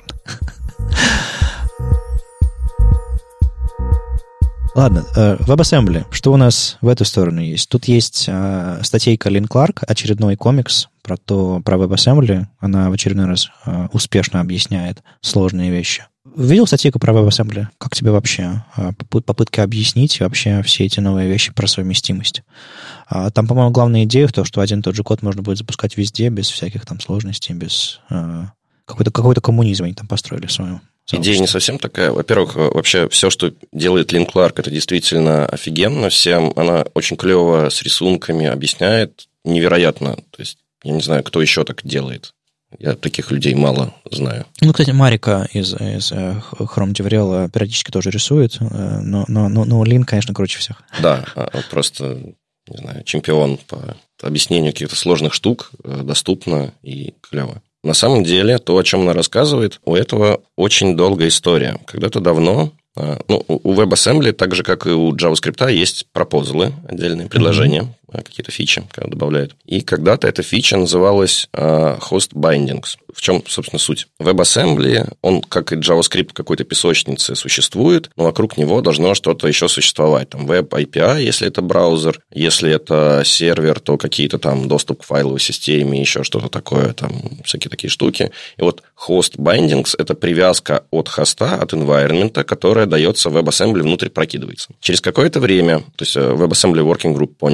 Speaker 1: Ладно, WebAssembly. Что у нас в эту сторону есть? Тут есть статейка Лин Кларк, очередной комикс про WebAssembly. Она в очередной раз успешно объясняет сложные вещи. Видел статейку про WebAssembly? Как тебе вообще попытка объяснить вообще все эти новые вещи про совместимость? Там, по-моему, главная идея в том, что один и тот же код можно будет запускать везде, без всяких там сложностей, без какой-то коммунизм они там построили в своем.
Speaker 2: Идея не совсем такая. Во-первых, вообще все, что делает Лин Кларк, это действительно офигенно всем. Она очень клево с рисунками объясняет. Невероятно. То есть я не знаю, кто еще так делает. Я таких людей мало знаю.
Speaker 1: Ну, кстати, Марика из Chrome DevRel периодически тоже рисует, но Лин, конечно, круче всех.
Speaker 2: Да, просто, не знаю, чемпион по объяснению каких-то сложных штук, доступно и клево. На самом деле, то, о чем она рассказывает, у этого очень долгая история. Когда-то давно, у WebAssembly, так же, как и у JavaScript, есть пропозалы, отдельные предложения, какие-то фичи, когда добавляют. И когда-то эта фича называлась Host Bindings. В чем, собственно, суть? WebAssembly, он, как и JavaScript, в какой-то песочнице существует, но вокруг него должно что-то еще существовать. Там Web API, если это браузер, если это сервер, то какие-то там доступ к файловой системе, еще что-то такое, там всякие такие штуки. И вот Host Bindings – это привязка от хоста, от environment, которая дается WebAssembly, внутрь прокидывается. Через какое-то время, то есть WebAssembly Working Group поняли,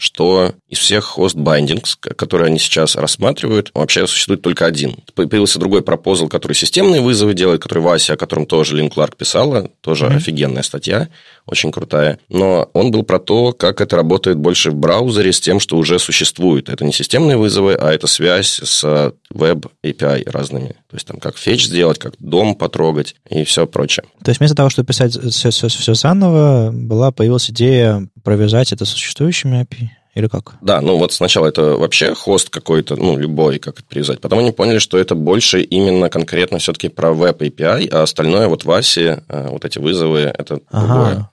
Speaker 2: что из всех host bindings, которые они сейчас рассматривают, вообще существует только один. Появился другой пропозал, который системные вызовы делает, который Вася, о котором тоже Лин Кларк писала, тоже офигенная статья, очень крутая. Но он был про то, как это работает больше в браузере с тем, что уже существует. Это не системные вызовы, а это связь с веб API разными. То есть, там, как фетч сделать, как дом потрогать и все прочее.
Speaker 1: То есть, вместо того, чтобы писать все заново, появилась идея провязать это с существующими API? Или как?
Speaker 2: Да, вот сначала это вообще хост какой-то, любой, как это привязать. Потом они поняли, что это больше именно конкретно все-таки про веб API, а остальное Васе, вот эти вызовы, это другое.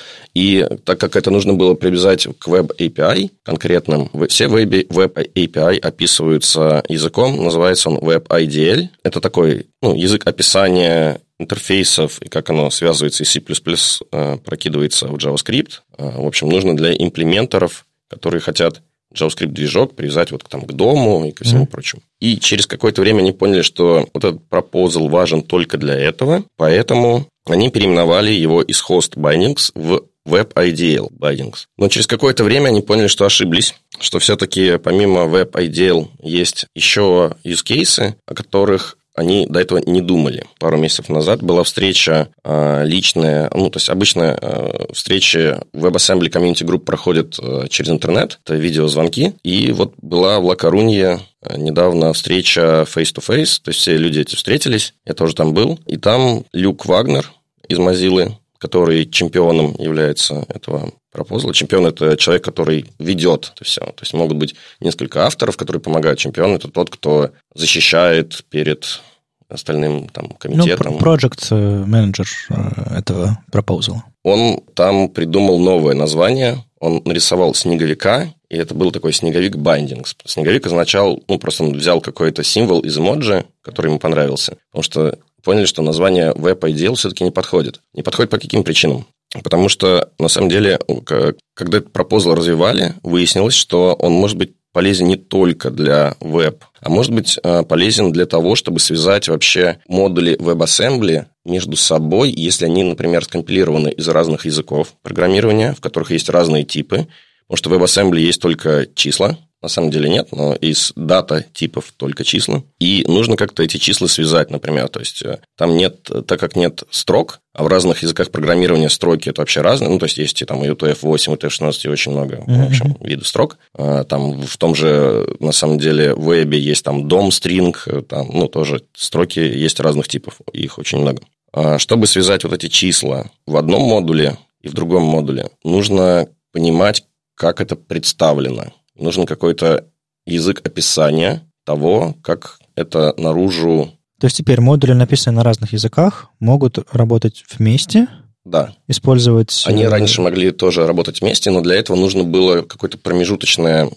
Speaker 2: И так как это нужно было привязать к Web API конкретным, все Web API описываются языком, называется он Web IDL. Это такой язык описания интерфейсов и как оно связывается из C++, прокидывается в JavaScript. В общем, нужно для имплементеров, которые хотят JavaScript-движок привязать к дому и ко всему прочему. И через какое-то время они поняли, что вот этот пропозал важен только для этого, поэтому они переименовали его из Host Bindings в Web IDL Bindings. Но через какое-то время они поняли, что ошиблись, что все-таки помимо Web IDL есть еще use cases, о которых они до этого не думали. Пару месяцев назад была встреча личная, то есть обычно встречи WebAssembly Community Group проходят через интернет, это видеозвонки, и вот была в Ла-Корунье недавно встреча face-to-face, то есть все люди эти встретились, я тоже там был, и там Люк Вагнер из Mozilla, который чемпионом является этого пропозала. Чемпион – это человек, который ведет это все. То есть могут быть несколько авторов, которые помогают. Чемпион – это тот, кто защищает перед остальным комитетом.
Speaker 1: Project менеджер этого пропозала.
Speaker 2: Он там придумал новое название. Он нарисовал снеговика, и это был такой снеговик Bindings. Снеговик означал, просто он взял какой-то символ из эмоджи, который ему понравился. Потому что поняли, что название Web IDL все-таки не подходит. Не подходит по каким причинам? Потому что, на самом деле, когда этот пропозал развивали, выяснилось, что он может быть полезен не только для веб, а может быть полезен для того, чтобы связать вообще модули WebAssembly между собой, если они, например, скомпилированы из разных языков программирования, в которых есть разные типы. Потому что в WebAssembly есть только числа, на самом деле нет, но из дата-типов только числа. И нужно как-то эти числа связать, например. То есть, там нет, так как нет строк, а в разных языках программирования строки это вообще разные. То есть, есть и UTF-8, UTF-16 и очень много, в общем, видов строк. Там в том же, на самом деле, в вебе есть там DOM-стринг, там, тоже строки есть разных типов, их очень много. Чтобы связать вот эти числа в одном модуле и в другом модуле, нужно понимать, как это представлено. Нужен какой-то язык описания того, как это наружу...
Speaker 1: То есть теперь модули, написанные на разных языках, могут работать вместе?
Speaker 2: Да.
Speaker 1: Использовать...
Speaker 2: Они раньше могли тоже работать вместе, но для этого нужно было какое-то промежуточное...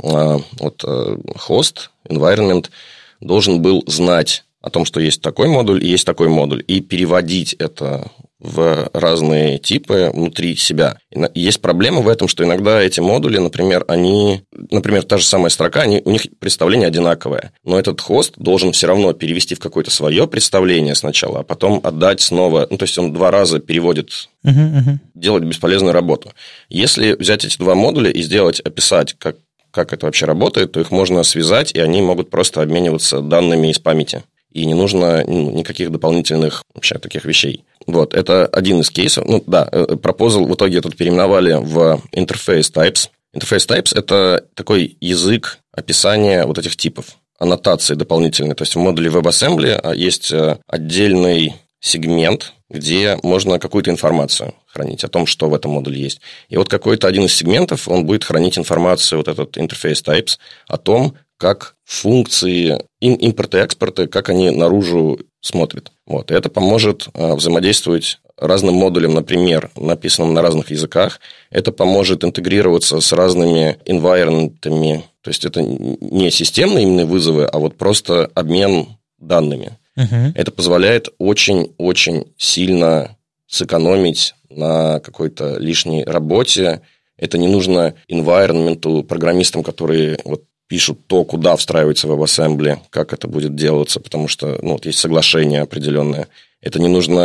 Speaker 2: хост, environment должен был знать о том, что есть такой модуль и есть такой модуль, и переводить это в разные типы внутри себя. Есть проблема в этом, что иногда эти модули, например, та же самая строка, у них представление одинаковое, но этот хост должен все равно перевести в какое-то свое представление сначала, а потом отдать снова, то есть он 2 раза переводит, делать бесполезную работу. Если взять эти 2 модуля и описать, как это вообще работает, то их можно связать, и они могут просто обмениваться данными из памяти. И не нужно никаких дополнительных вообще таких вещей. Вот, это один из кейсов. Пропозал в итоге тут переименовали в Interface Types. Interface Types – это такой язык описания вот этих типов, аннотации дополнительные. То есть в модуле WebAssembly есть отдельный сегмент, где можно какую-то информацию хранить о том, что в этом модуле есть. И вот какой-то один из сегментов, он будет хранить информацию, вот этот Interface Types, о том, как функции импорта и экспорта, как они наружу смотрят. Вот. И это поможет взаимодействовать разным модулям, например, написанным на разных языках. Это поможет интегрироваться с разными environment'ами. То есть, это не системные именно вызовы, а вот просто обмен данными. Это позволяет очень-очень сильно сэкономить на какой-то лишней работе. Это не нужно environment'у, программистам, которые пишут то, куда встраивается WebAssembly, как это будет делаться, потому что есть соглашение определенное. Это не нужно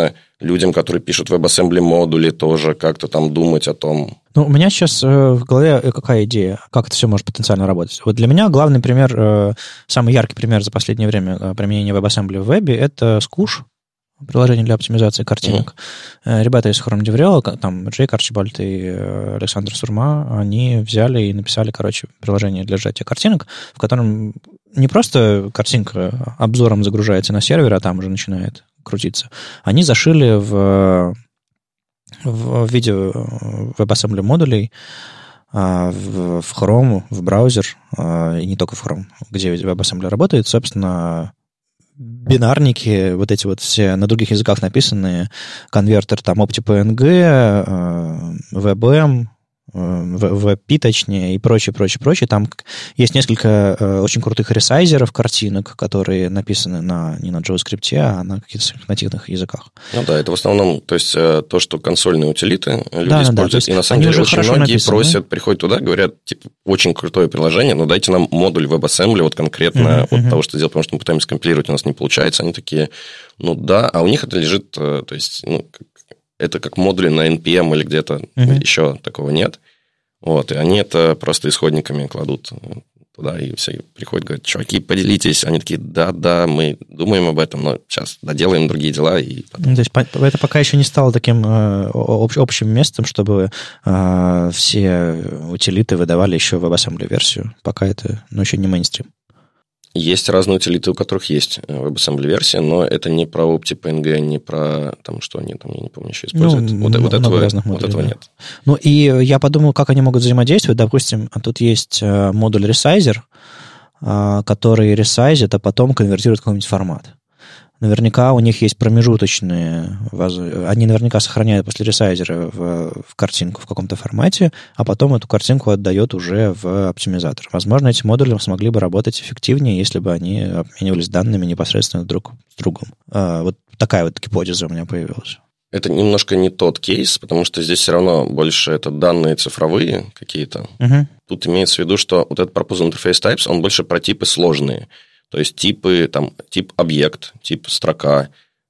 Speaker 2: людям, которые пишут WebAssembly модули, тоже как-то там думать о том.
Speaker 1: Ну, у меня сейчас в голове какая идея, как это все может потенциально работать. Вот для меня главный пример, самый яркий пример за последнее время применения WebAssembly в вебе – это Squoosh, приложение для оптимизации картинок. Ребята из Chrome DevRel, там Джейк Арчибальд и Александр Сурма, они взяли и написали, приложение для сжатия картинок, в котором не просто картинка обзором загружается на сервер, а там уже начинает крутиться. Они зашили в виде WebAssembly модулей в Chrome, в браузер, и не только в Chrome, где WebAssembly работает, собственно, бинарники, вот эти вот все на других языках написанные, конвертер там OptiPNG, WebM, WebP, точнее, и прочее. Там есть несколько очень крутых ресайзеров картинок, которые написаны не на JavaScript, а на каких-то нативных языках.
Speaker 2: Ну да, это в основном, то есть то, что консольные утилиты люди используют. И на самом деле очень многие просят, приходят туда, говорят, типа, очень крутое приложение, но дайте нам модуль WebAssembly вот конкретно от того, что делать, потому что мы пытаемся компилировать, у нас не получается. Они такие, ну да, а у них это лежит, то есть, это как модули на NPM или где-то еще такого нет. Вот, и они это просто исходниками кладут туда, и все приходят, говорят, чуваки, поделитесь. Они такие, да, мы думаем об этом, но сейчас доделаем другие дела. И потом...
Speaker 1: То есть это пока еще не стало таким общим местом, чтобы все утилиты выдавали еще WebAssembly-версию. Пока это еще не мейнстрим.
Speaker 2: Есть разные утилиты, у которых есть WebAssembly-версия, но это не про OptiPNG, не про там, что они там, я не помню, еще используют. Вот этого нет.
Speaker 1: Ну, и я подумал, как они могут взаимодействовать. Допустим, тут есть модуль ресайзер, который ресайзит, а потом конвертирует в какой-нибудь формат. Наверняка у них есть промежуточные... Они наверняка сохраняют после ресайзера в картинку в каком-то формате, а потом эту картинку отдает уже в оптимизатор. Возможно, эти модули смогли бы работать эффективнее, если бы они обменивались данными непосредственно друг с другом. Вот такая вот гипотеза у меня появилась.
Speaker 2: Это немножко не тот кейс, потому что здесь все равно больше это данные цифровые какие-то. Тут имеется в виду, что вот этот Proposal Interface Types, он больше про типы сложные. То есть типы, там, тип объект, тип строка,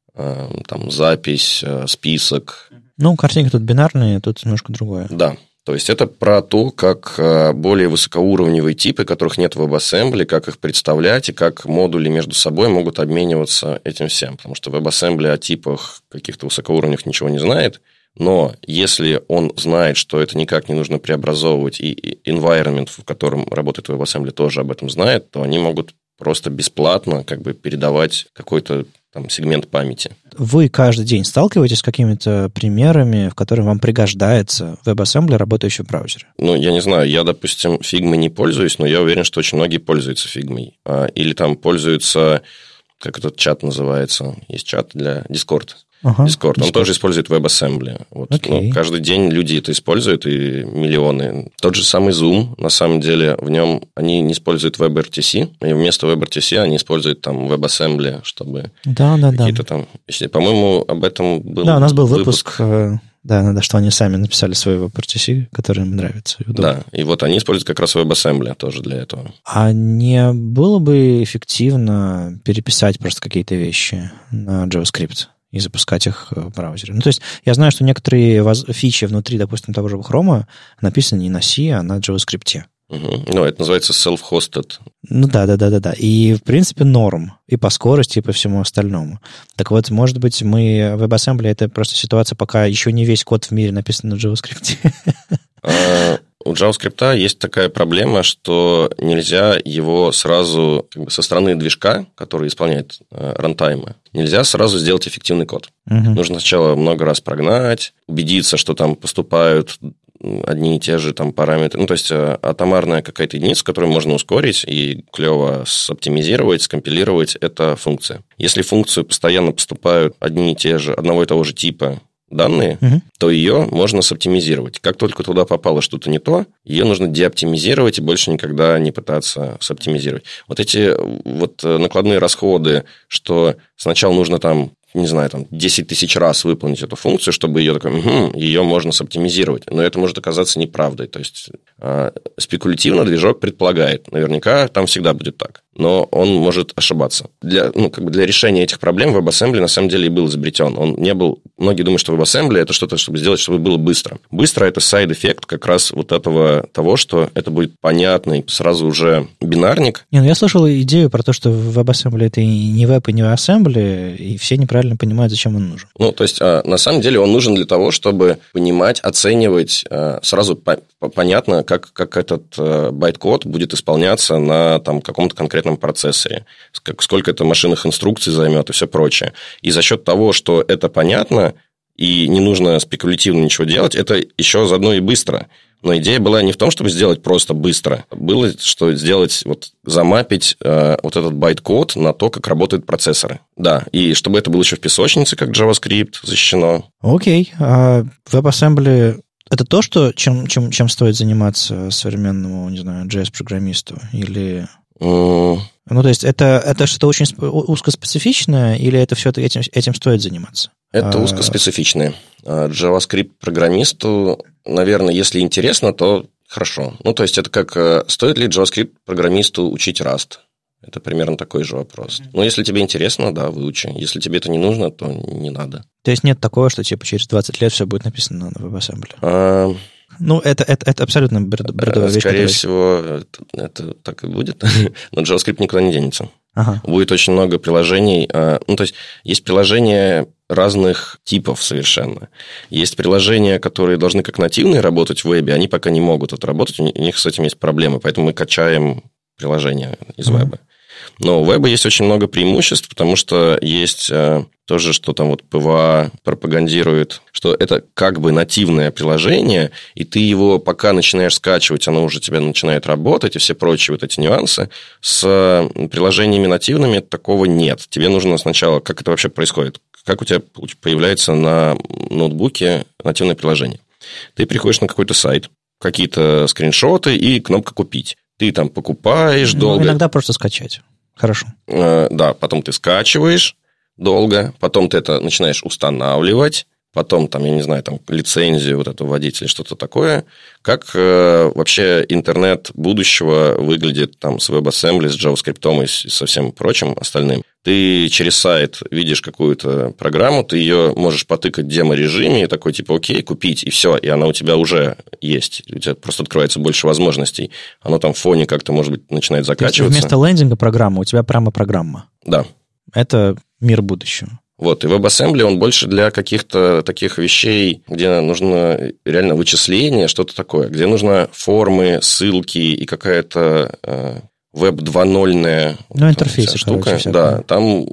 Speaker 2: там, запись, список.
Speaker 1: Ну, картинки тут бинарные, тут немножко другое.
Speaker 2: Да, то есть это про то, как более высокоуровневые типы, которых нет в WebAssembly, как их представлять и как модули между собой могут обмениваться этим всем. Потому что WebAssembly о типах каких-то высокоуровневых ничего не знает, но если он знает, что это никак не нужно преобразовывать, и environment, в котором работает WebAssembly, тоже об этом знает, то они могут просто бесплатно передавать какой-то там сегмент памяти.
Speaker 1: Вы каждый день сталкиваетесь с какими-то примерами, в которых вам пригождается WebAssembly, работающий в браузере?
Speaker 2: Ну, я не знаю, я, допустим, Figma не пользуюсь, но я уверен, что очень многие пользуются Figma. Или там пользуются, как этот чат называется, есть чат для Discord. Discord. Он тоже использует WebAssembly. Вот. Ну, каждый день люди это используют, и миллионы. Тот же самый Zoom, на самом деле, в нем они не используют WebRTC, и вместо WebRTC они используют там WebAssembly, чтобы какие-то там... По-моему, об этом был...
Speaker 1: Да, у нас был выпуск что они сами написали свой WebRTC, который им нравится. И
Speaker 2: да, и вот они используют как раз WebAssembly тоже для этого.
Speaker 1: А не было бы эффективно переписать просто какие-то вещи на JavaScript и запускать их в браузере? Ну, то есть, я знаю, что некоторые фичи внутри, допустим, того же Chrome написаны не на C, а на JavaScript.
Speaker 2: Ну, это называется self-hosted.
Speaker 1: Ну, да. И, в принципе, норм. И по скорости, и по всему остальному. Так вот, может быть, в WebAssembly это просто ситуация, пока еще не весь код в мире написан на JavaScript.
Speaker 2: У JavaScript есть такая проблема, что нельзя его сразу со стороны движка, который исполняет рантаймы, нельзя сразу сделать эффективный код. Нужно сначала много раз прогнать, убедиться, что там поступают одни и те же там параметры. Ну, то есть, атомарная какая-то единица, которую можно ускорить и клево соптимизировать, скомпилировать, это функция. Если в функцию постоянно поступают одни и те же, одного и того же типа данные, то ее можно соптимизировать. Как только туда попало что-то не то, ее нужно деоптимизировать и больше никогда не пытаться соптимизировать. Вот эти вот накладные расходы, что сначала нужно там, не знаю, там 10 тысяч раз выполнить эту функцию, чтобы ее можно соптимизировать. Но это может оказаться неправдой. То есть, спекулятивно движок предполагает, наверняка там всегда будет так. но он может ошибаться. Для решения этих проблем WebAssembly на самом деле и был изобретен. Он не был... Многие думают, что WebAssembly – это что-то, чтобы сделать, чтобы было быстро. Быстро – это сайд-эффект как раз вот этого того, что это будет понятный сразу уже бинарник.
Speaker 1: Я слышал идею про то, что WebAssembly – это и не веб, и не WebAssembly, и все неправильно понимают, зачем он нужен.
Speaker 2: То есть, на самом деле, он нужен для того, чтобы понимать, оценивать сразу понятно, как этот байт-код будет исполняться на каком-то конкретном процессоре, сколько это машинных инструкций займет и все прочее. И за счет того, что это понятно, и не нужно спекулятивно ничего делать, это еще заодно и быстро. Но идея была не в том, чтобы сделать просто быстро. Было, что сделать, замапить вот этот байт-код на то, как работают процессоры. Да, и чтобы это было еще в песочнице, как JavaScript, защищено.
Speaker 1: Окей. А WebAssembly – это то, чем стоит заниматься современному, не знаю, JS-программисту? Или... то есть, это что-то очень узкоспецифичное, или это все этим стоит заниматься?
Speaker 2: Это узкоспецифичное. JavaScript-программисту, наверное, если интересно, то хорошо. То есть, это как, стоит ли JavaScript-программисту учить Rust? Это примерно такой же вопрос. Но если тебе интересно, да, выучи. Если тебе это не нужно, то не надо.
Speaker 1: То есть, нет такого, что через 20 лет все будет написано на WebAssembly? Это абсолютно бредовая вещь.
Speaker 2: Скорее всего, это так и будет. Но JavaScript никуда не денется.
Speaker 1: Ага.
Speaker 2: Будет очень много приложений. То есть, есть приложения разных типов совершенно. Есть приложения, которые должны как нативные работать в вебе, они пока не могут это работать, у них с этим есть проблемы, поэтому мы качаем приложения из веба. Но у веба есть очень много преимуществ, потому что есть тоже, что там PWA пропагандирует, что это как бы нативное приложение, и ты его пока начинаешь скачивать, оно уже у тебя начинает работать, и все прочие эти нюансы. С приложениями нативными такого нет. Тебе нужно сначала, как это вообще происходит, как у тебя появляется на ноутбуке нативное приложение. Ты приходишь на какой-то сайт, какие-то скриншоты и кнопка «Купить». Ты там покупаешь долго.
Speaker 1: Иногда просто скачать. Хорошо.
Speaker 2: Да, потом ты скачиваешь долго, потом ты это начинаешь устанавливать, потом, я не знаю, лицензию эту вводить или что-то такое. Как вообще интернет будущего выглядит с WebAssembly, с JavaScript и со всем прочим остальным. Ты через сайт видишь какую-то программу, ты ее можешь потыкать в демо-режиме и такой окей, купить, и все, и она у тебя уже есть. У тебя просто открывается больше возможностей. Оно в фоне как-то, может быть, начинает закачиваться.
Speaker 1: То есть, вместо лендинга программы у тебя прямо программа.
Speaker 2: Да.
Speaker 1: Это мир будущего.
Speaker 2: И WebAssembly, он больше для каких-то таких вещей, где нужно реально вычисление, что-то такое, где нужно формы, ссылки и какая-то веб 2.0-ная
Speaker 1: интерфейсы,
Speaker 2: штука. Да, там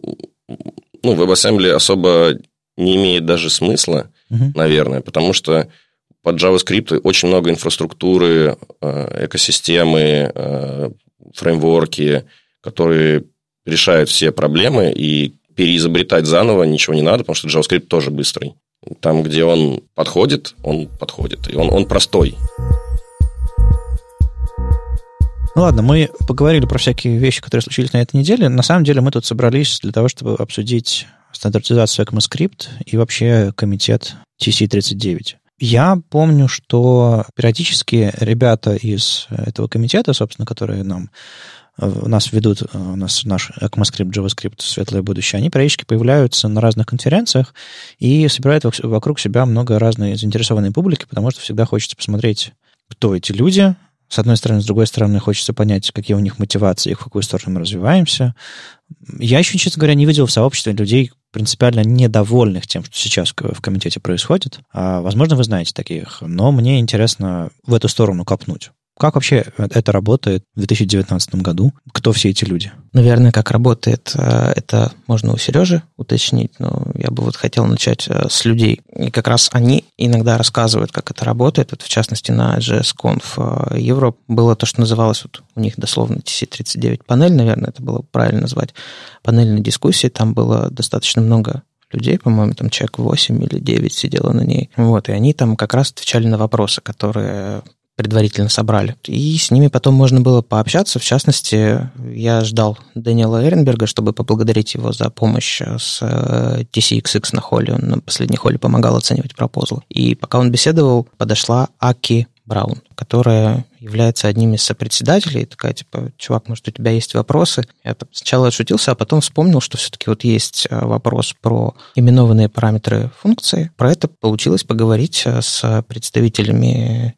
Speaker 2: WebAssembly особо не имеет даже смысла, наверное, потому что под JavaScript очень много инфраструктуры, экосистемы, фреймворки, которые решают все проблемы, и переизобретать заново ничего не надо, потому что JavaScript тоже быстрый. Там, где он подходит, и он простой.
Speaker 1: Ну ладно, мы поговорили про всякие вещи, которые случились на этой неделе. На самом деле мы тут собрались для того, чтобы обсудить стандартизацию ECMAScript и вообще комитет TC39. Я помню, что периодически ребята из этого комитета, собственно, которые нас ведут, у нас наш ECMAScript, JavaScript, светлое будущее, они периодически появляются на разных конференциях и собирают вокруг себя много разной заинтересованной публики, потому что всегда хочется посмотреть, кто эти люди, с одной стороны, с другой стороны, хочется понять, какие у них мотивации и в какую сторону мы развиваемся. Я еще, честно говоря, не видел в сообществе людей принципиально недовольных тем, что сейчас в комитете происходит. Возможно, вы знаете таких, но мне интересно в эту сторону копнуть. Как вообще это работает в 2019 году? Кто все эти люди?
Speaker 3: Наверное, как работает, это можно у Сережи уточнить, но я бы хотел начать с людей. И как раз они иногда рассказывают, как это работает. В частности, на JSConf Europe было то, что называлось у них дословно TC39 панель, наверное, это было правильно назвать, панельной дискуссии. Там было достаточно много людей, по-моему, там человек 8 или 9 сидело на ней. И они там как раз отвечали на вопросы, которые предварительно собрали. И с ними потом можно было пообщаться. В частности, я ждал Дэниела Эренберга, чтобы поблагодарить его за помощь с TCXX на холле. Он на последней холле помогал оценивать пропозлы. И пока он беседовал, подошла Аки Браун, которая является одним из сопредседателей, такая, типа, чувак, может, у тебя есть вопросы? Я сначала отшутился, а потом вспомнил, что все-таки вот есть вопрос про именованные параметры функции. Про это получилось поговорить с представителями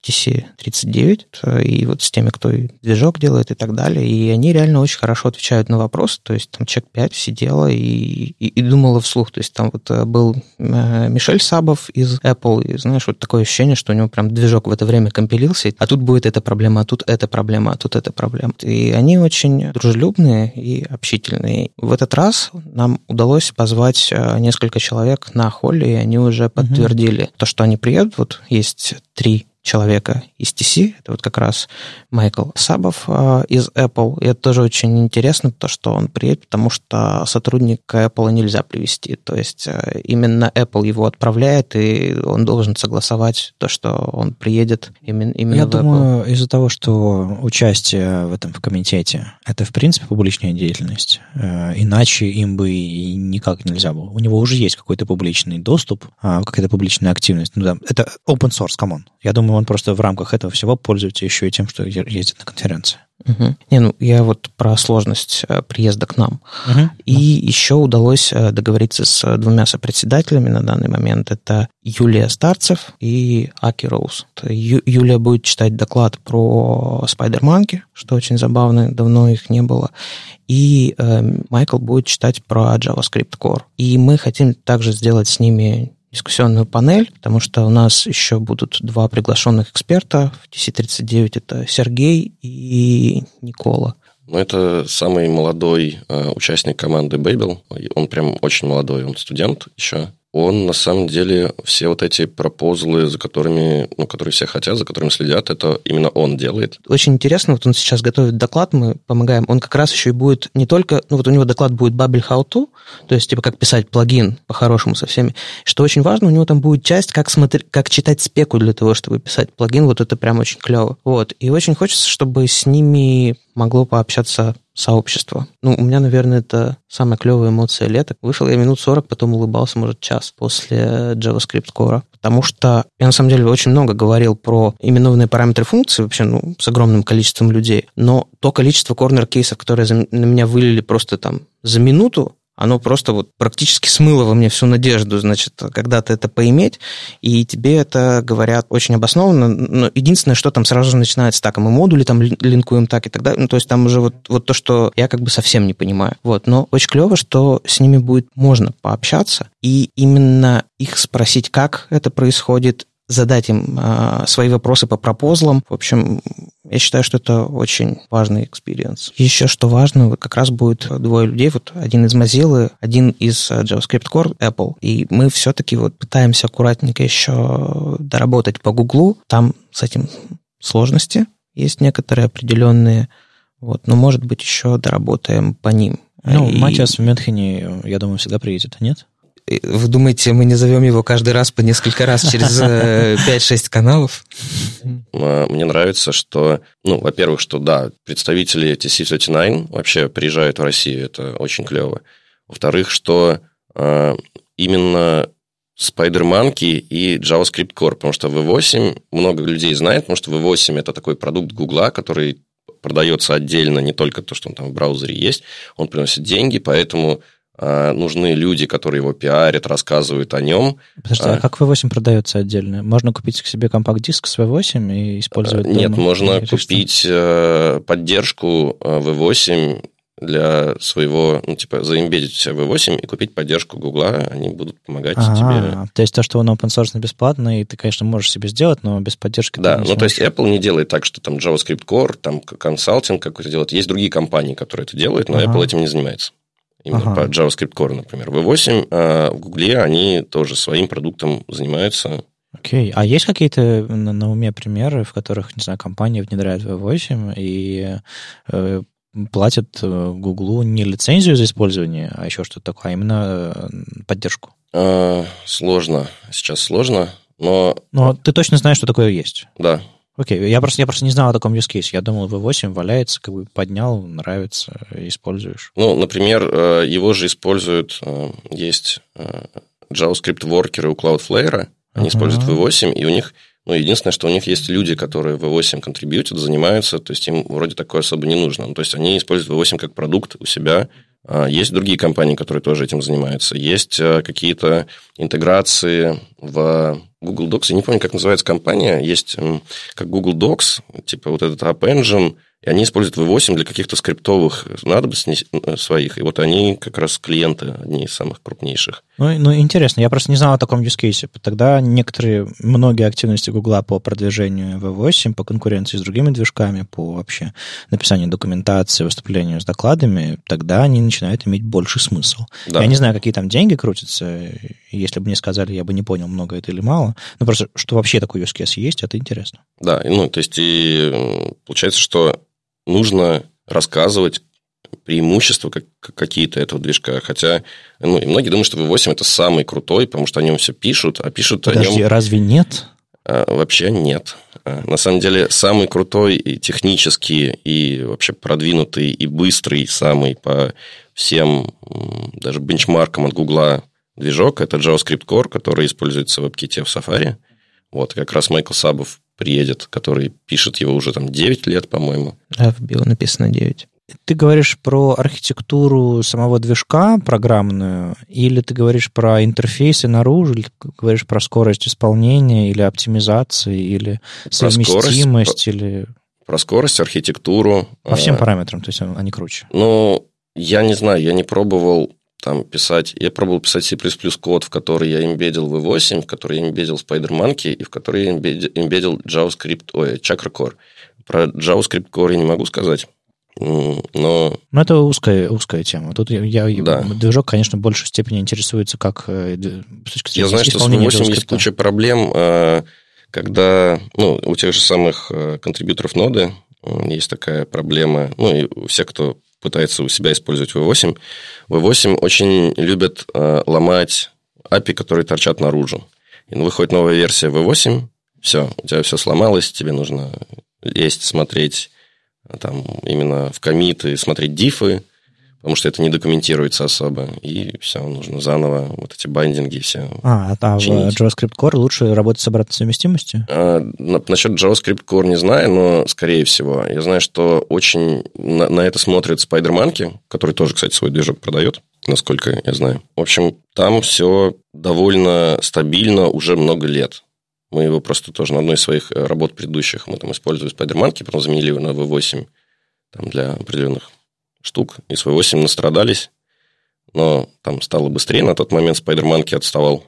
Speaker 3: TC39 и вот с теми, кто движок делает и так далее, и они реально очень хорошо отвечают на вопросы, то есть там человек 5 сидела и думала вслух, то есть там вот был Мишель Сабов из Apple, и знаешь, вот такое ощущение, что у него прям движок в это время компилился, а тут будет эта проблема, а тут эта проблема, а тут эта проблема. И они очень дружелюбные и общительные. В этот раз нам удалось позвать несколько человек на холле, и они уже подтвердили то, что они приедут. Вот есть 3 человека из TC, это вот как раз Майкл Сабов из Apple, и это тоже очень интересно, то, что он приедет, потому что сотрудника Apple нельзя привести, то есть именно Apple его отправляет, и он должен согласовать то, что он приедет именно
Speaker 1: Я
Speaker 3: в
Speaker 1: думаю,
Speaker 3: Apple.
Speaker 1: из-за того, что участие в комитете, это, в принципе, публичная деятельность, иначе им бы и никак нельзя было. У него уже есть какой-то публичный доступ, какая-то публичная активность. Ну да, это open source, камон. Я думаю, он просто в рамках этого всего пользуется еще и тем, что ездит на конференции.
Speaker 3: Я вот про сложность приезда к нам. И еще удалось договориться с 2 сопредседателями на данный момент. Это Юлия Старцев и Аки Роуз. Юлия будет читать доклад про SpiderMonkey, что очень забавно, давно их не было. И Майкл будет читать про JavaScript Core. И мы хотим также сделать с ними дискуссионную панель, потому что у нас еще будут 2 приглашенных эксперта в TC39, это Сергей и Никола.
Speaker 2: Ну, это самый молодой участник команды Babel. Он прям очень молодой, он студент еще. Он, на самом деле, все вот эти пропозалы, за которыми, которые все хотят, за которыми следят, это именно он делает.
Speaker 3: Очень интересно, вот он сейчас готовит доклад, мы помогаем. Он как раз еще и будет не только... вот у него доклад будет Babel How To, то есть, типа, как писать плагин по-хорошему со всеми. Что очень важно, у него там будет часть, как читать спеку для того, чтобы писать плагин. Вот это прям очень клево. Вот. И очень хочется, чтобы с ними могло пообщаться сообщество. У меня, наверное, это самая клевая эмоция лета. Вышел я минут 40, потом улыбался, может, час после JavaScript Core. Потому что я, на самом деле, очень много говорил про именованные параметры функций, вообще, с огромным количеством людей. Но то количество корнер-кейсов, которые на меня вылили просто там за минуту, оно просто вот практически смыло во мне всю надежду, значит, когда-то это поиметь, и тебе это говорят очень обоснованно, но единственное, что там сразу же начинается так, мы модули там линкуем так и так далее, то есть там уже вот то, что я как бы совсем не понимаю. Вот, но очень клево, что с ними будет можно пообщаться, и именно их спросить, как это происходит, задать им свои вопросы по пропозалам. В общем, я считаю, что это очень важный экспириенс. Еще что важно, вот как раз будет 2 людей, вот один из Mozilla, один из JavaScript Core Apple, и мы все-таки вот пытаемся аккуратненько еще доработать по Гуглу. Там с этим сложности есть некоторые определенные, вот, но, может быть, еще доработаем по ним.
Speaker 1: Матиас в Мюнхене, я думаю, всегда приедет, а нет?
Speaker 3: Вы думаете, мы не зовем его каждый раз по несколько раз через 5-6 каналов?
Speaker 2: Мне нравится, что, во-первых, что, да, представители TC39 вообще приезжают в Россию, это очень клево. Во-вторых, что именно SpiderMonkey и JavaScript Core, потому что V8 много людей знает, потому что V8 это такой продукт Гугла, который продается отдельно, не только то, что он там в браузере есть, он приносит деньги, поэтому нужны люди, которые его пиарят, рассказывают о нем.
Speaker 1: Подожди, а как V8 продается отдельно? Можно купить к себе компакт-диск с V8 и использовать дома?
Speaker 2: Нет, можно купить поддержку V8 для своего, заимбедить V8 и купить поддержку Гугла, они будут помогать тебе.
Speaker 1: То есть то, что он open-source бесплатно, и ты, конечно, можешь себе сделать, но без поддержки...
Speaker 2: Да, то есть Apple не делает так, что там JavaScript Core, там консалтинг какой-то делает. Есть другие компании, которые это делают, но Apple этим не занимается. Именно по JavaScript Core, например. V8 в Гугле они тоже своим продуктом занимаются.
Speaker 1: Окей. А есть какие-то на уме примеры, в которых, не знаю, компания внедряет V8 и платят Гуглу не лицензию за использование, а еще что-то такое, а именно поддержку?
Speaker 2: Сложно. Сейчас сложно, но...
Speaker 1: Но ты точно знаешь, что такое есть?
Speaker 2: Да.
Speaker 1: Окей, я просто не знал о таком use case. Я думал, V8 валяется, как бы поднял, нравится, используешь.
Speaker 2: Например, его же используют, есть JavaScript воркеры у Cloudflare, они используют V8, и у них Ну, единственное, что у них есть люди, которые V8 контрибьютят, занимаются, то есть им вроде такое особо не нужно. Ну, то есть они используют V8 как продукт у себя. Есть другие компании, которые тоже этим занимаются. Есть какие-то интеграции в Google Docs. Я не помню, как называется компания. Есть как Google Docs, типа вот этот App Engine, и они используют V8 для каких-то скриптовых надобностей своих. И вот они как раз клиенты, одни из самых крупнейших.
Speaker 1: Ну, интересно, я просто не знал о таком use case. Тогда многие активности Гугла по продвижению V8, по конкуренции с другими движками, по вообще написанию документации, выступлению с докладами, тогда они начинают иметь больший смысл. Да. Я не знаю, какие там деньги крутятся. Если бы мне сказали, я бы не понял, много это или мало. Но просто, что вообще такой use case есть, это интересно.
Speaker 2: Да, ну, то есть, и получается, что нужно рассказывать преимущества какие-то этого движка. Хотя, и многие думают, что V8 это самый крутой, потому что о нем все пишут, а пишут о нем...
Speaker 1: разве нет?
Speaker 2: Вообще нет. На самом деле, самый крутой и технический, и вообще продвинутый, и быстрый, самый по всем даже бенчмаркам от Гугла движок, это JavaScript Core, который используется в WebKit в Safari. Вот, как раз Майкл Сабов приедет, который пишет его уже 9 лет, по-моему.
Speaker 3: А в био написано 9.
Speaker 1: Ты говоришь про архитектуру самого движка программную, или ты говоришь про интерфейсы наружу, или ты говоришь про скорость исполнения, или оптимизации, или совместимость, или...
Speaker 2: Про скорость, архитектуру.
Speaker 1: По всем параметрам, то есть они круче.
Speaker 2: Ну, я не знаю, я не пробовал писать... Я пробовал писать C++ код, в который я имбедил V8, в который я имбедил SpiderMonkey, и в который я имбедил Chakra Core. Про JavaScript Core я не могу сказать. Но
Speaker 1: это узкая тема. Тут движок, конечно, в большей степени интересуется, как с точки зрения
Speaker 2: я знаю, что с V8 есть куча проблем, когда у тех же самых контрибьюторов ноды есть такая проблема, и у всех, кто пытается у себя использовать V8. V8 очень любят ломать API, которые торчат наружу. И выходит новая версия V8, все, у тебя все сломалось, тебе нужно лезть, смотреть именно в коммиты, смотреть дифы, потому что это не документируется особо, и все, нужно заново вот эти байдинги все чинить.
Speaker 1: В JavaScript Core лучше работать с обратной совместимостью?
Speaker 2: Насчет JavaScript Core не знаю, но скорее всего. Я знаю, что очень на это смотрит SpiderMonkey, который тоже, кстати, свой движок продает, насколько я знаю. В общем, там все довольно стабильно уже много лет. Мы его просто тоже на одной из своих работ предыдущих мы использовали SpiderMonkey, потом заменили его на V8 для определенных штук. И с V8 настрадались, но там стало быстрее. На тот момент SpiderMonkey отставал.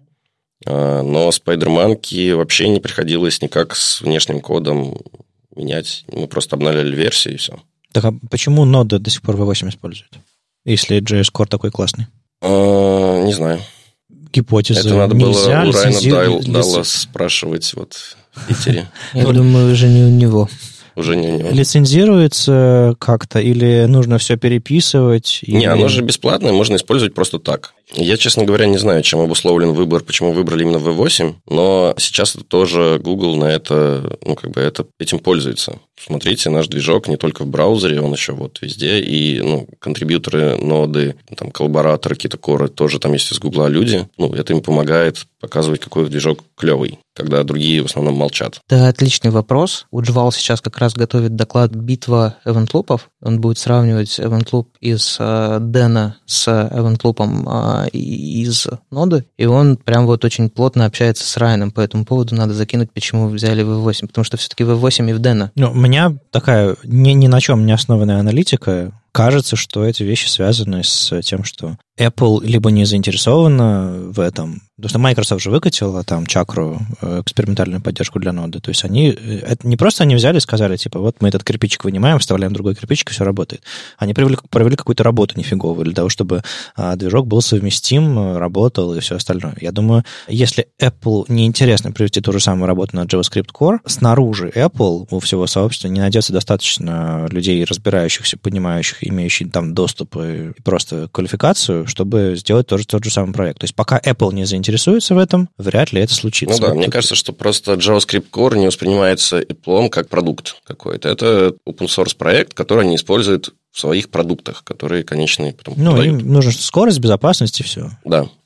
Speaker 2: Но SpiderMonkey вообще не приходилось никак с внешним кодом менять. Мы просто обновляли версию, и все.
Speaker 1: Так а почему нода до сих пор V8 использует, если JS Core такой классный?
Speaker 2: Не знаю.
Speaker 1: Гипотеза.
Speaker 2: Это надо было у Райана Далла спрашивать в Питере.
Speaker 3: Я думаю, уже не у него.
Speaker 2: Уже не у него.
Speaker 1: Лицензируется как-то или нужно все переписывать?
Speaker 2: Не, оно же бесплатное, можно использовать просто так. Я, честно говоря, не знаю, чем обусловлен выбор, почему выбрали именно V8, но сейчас это тоже Google на это, этим пользуется. Смотрите, наш движок не только в браузере, он еще везде, и контрибьюторы, ноды, коллабораторы, какие-то коры, тоже там есть из Гугла люди. Это им помогает показывать, какой движок клевый, когда другие в основном молчат.
Speaker 3: Да, отличный вопрос. Уджвал сейчас как раз готовит доклад «Битва эвент-лупов». Он будет сравнивать эвент-луп из Дэна с эвент-лупом из ноды, и он прям очень плотно общается с Райаном по этому поводу. Надо закинуть, почему взяли V8, потому что все-таки V8 и в Дэна.
Speaker 1: У меня такая ни на чем не основанная аналитика. Кажется, что эти вещи связаны с тем, что Apple либо не заинтересована в этом, потому что Microsoft же выкатила чакру, экспериментальную поддержку для ноды. То есть это не просто они взяли и сказали, мы этот кирпичик вынимаем, вставляем другой кирпичик, и все работает. Они провели какую-то работу нифиговую для того, чтобы движок был совместим, работал и все остальное. Я думаю, если Apple неинтересно провести ту же самую работу на JavaScript Core, снаружи Apple у всего сообщества не найдется достаточно людей, разбирающихся, понимающих, имеющих доступ и просто квалификацию, чтобы сделать тот же самый проект. То есть пока Apple не заинтересуется в этом, вряд ли это случится.
Speaker 2: Мне кажется, что просто JavaScript Core не воспринимается Apple как продукт какой-то. Это open-source проект, который они используют в своих продуктах, которые конечные потом продают.
Speaker 1: Им нужна скорость, безопасность и все.
Speaker 2: Да.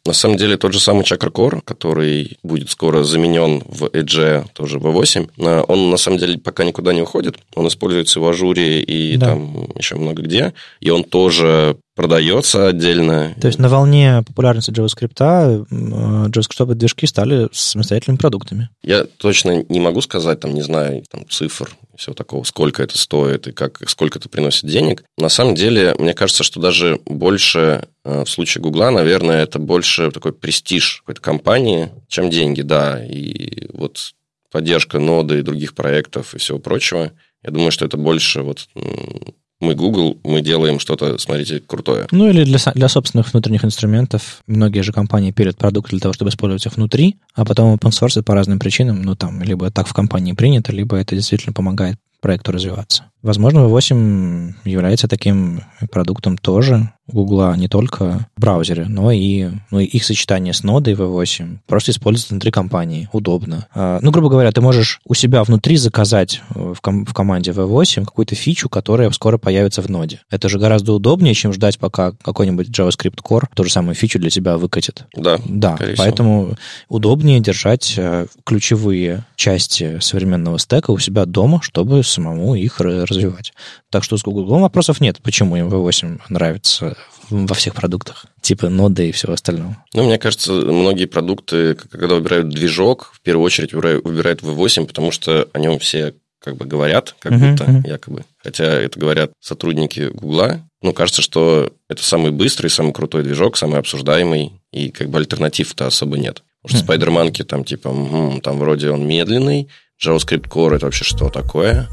Speaker 2: На самом деле, тот же самый Chakra Core, который будет скоро заменен в Edge, тоже V8, он на самом деле пока никуда не уходит. Он используется в Ажуре и там еще много где. И он тоже продается отдельно.
Speaker 1: То есть на волне популярности JavaScript JavaScript движки стали самостоятельными продуктами.
Speaker 2: Я точно не могу сказать, там, не знаю, там, цифр и всего такого, сколько это стоит и сколько это приносит денег. На самом деле, мне кажется, что даже больше в случае Гугла, наверное, это больше такой престиж какой-то компании, чем деньги, да. И вот поддержка ноды и других проектов и всего прочего, я думаю, что это больше вот... Мы Google, мы делаем что-то, смотрите, крутое.
Speaker 1: Ну, или для собственных внутренних инструментов. Многие же компании пилят продукты для того, чтобы использовать их внутри, а потом open source по разным причинам. Ну, там, либо так в компании принято, либо это действительно помогает проекту развиваться. Возможно, V8 является таким продуктом тоже Гугла не только в браузере, но и их сочетание с нодой V8 просто используется внутри компании. Удобно. Ну, грубо говоря, ты можешь у себя внутри заказать в команде V8 какую-то фичу, которая скоро появится в ноде. Это же гораздо удобнее, чем ждать, пока какой-нибудь JavaScript Core ту же самую фичу для тебя выкатит.
Speaker 2: Да,
Speaker 1: поэтому удобнее держать ключевые части современного стека у себя дома, чтобы самому их развивать. Так что с Google вопросов нет, почему им V8 нравится во всех продуктах, типа ноды и всего остального.
Speaker 2: Ну, мне кажется, многие продукты, когда выбирают движок, в первую очередь выбирают V8, потому что о нем все как бы говорят, как будто якобы. Хотя это говорят сотрудники Гугла. Ну, кажется, что это самый быстрый, самый крутой движок, самый обсуждаемый, и как бы альтернатив-то особо нет. Потому что Spider-Monkey там типа, там вроде он медленный, JavaScript Core это вообще что такое?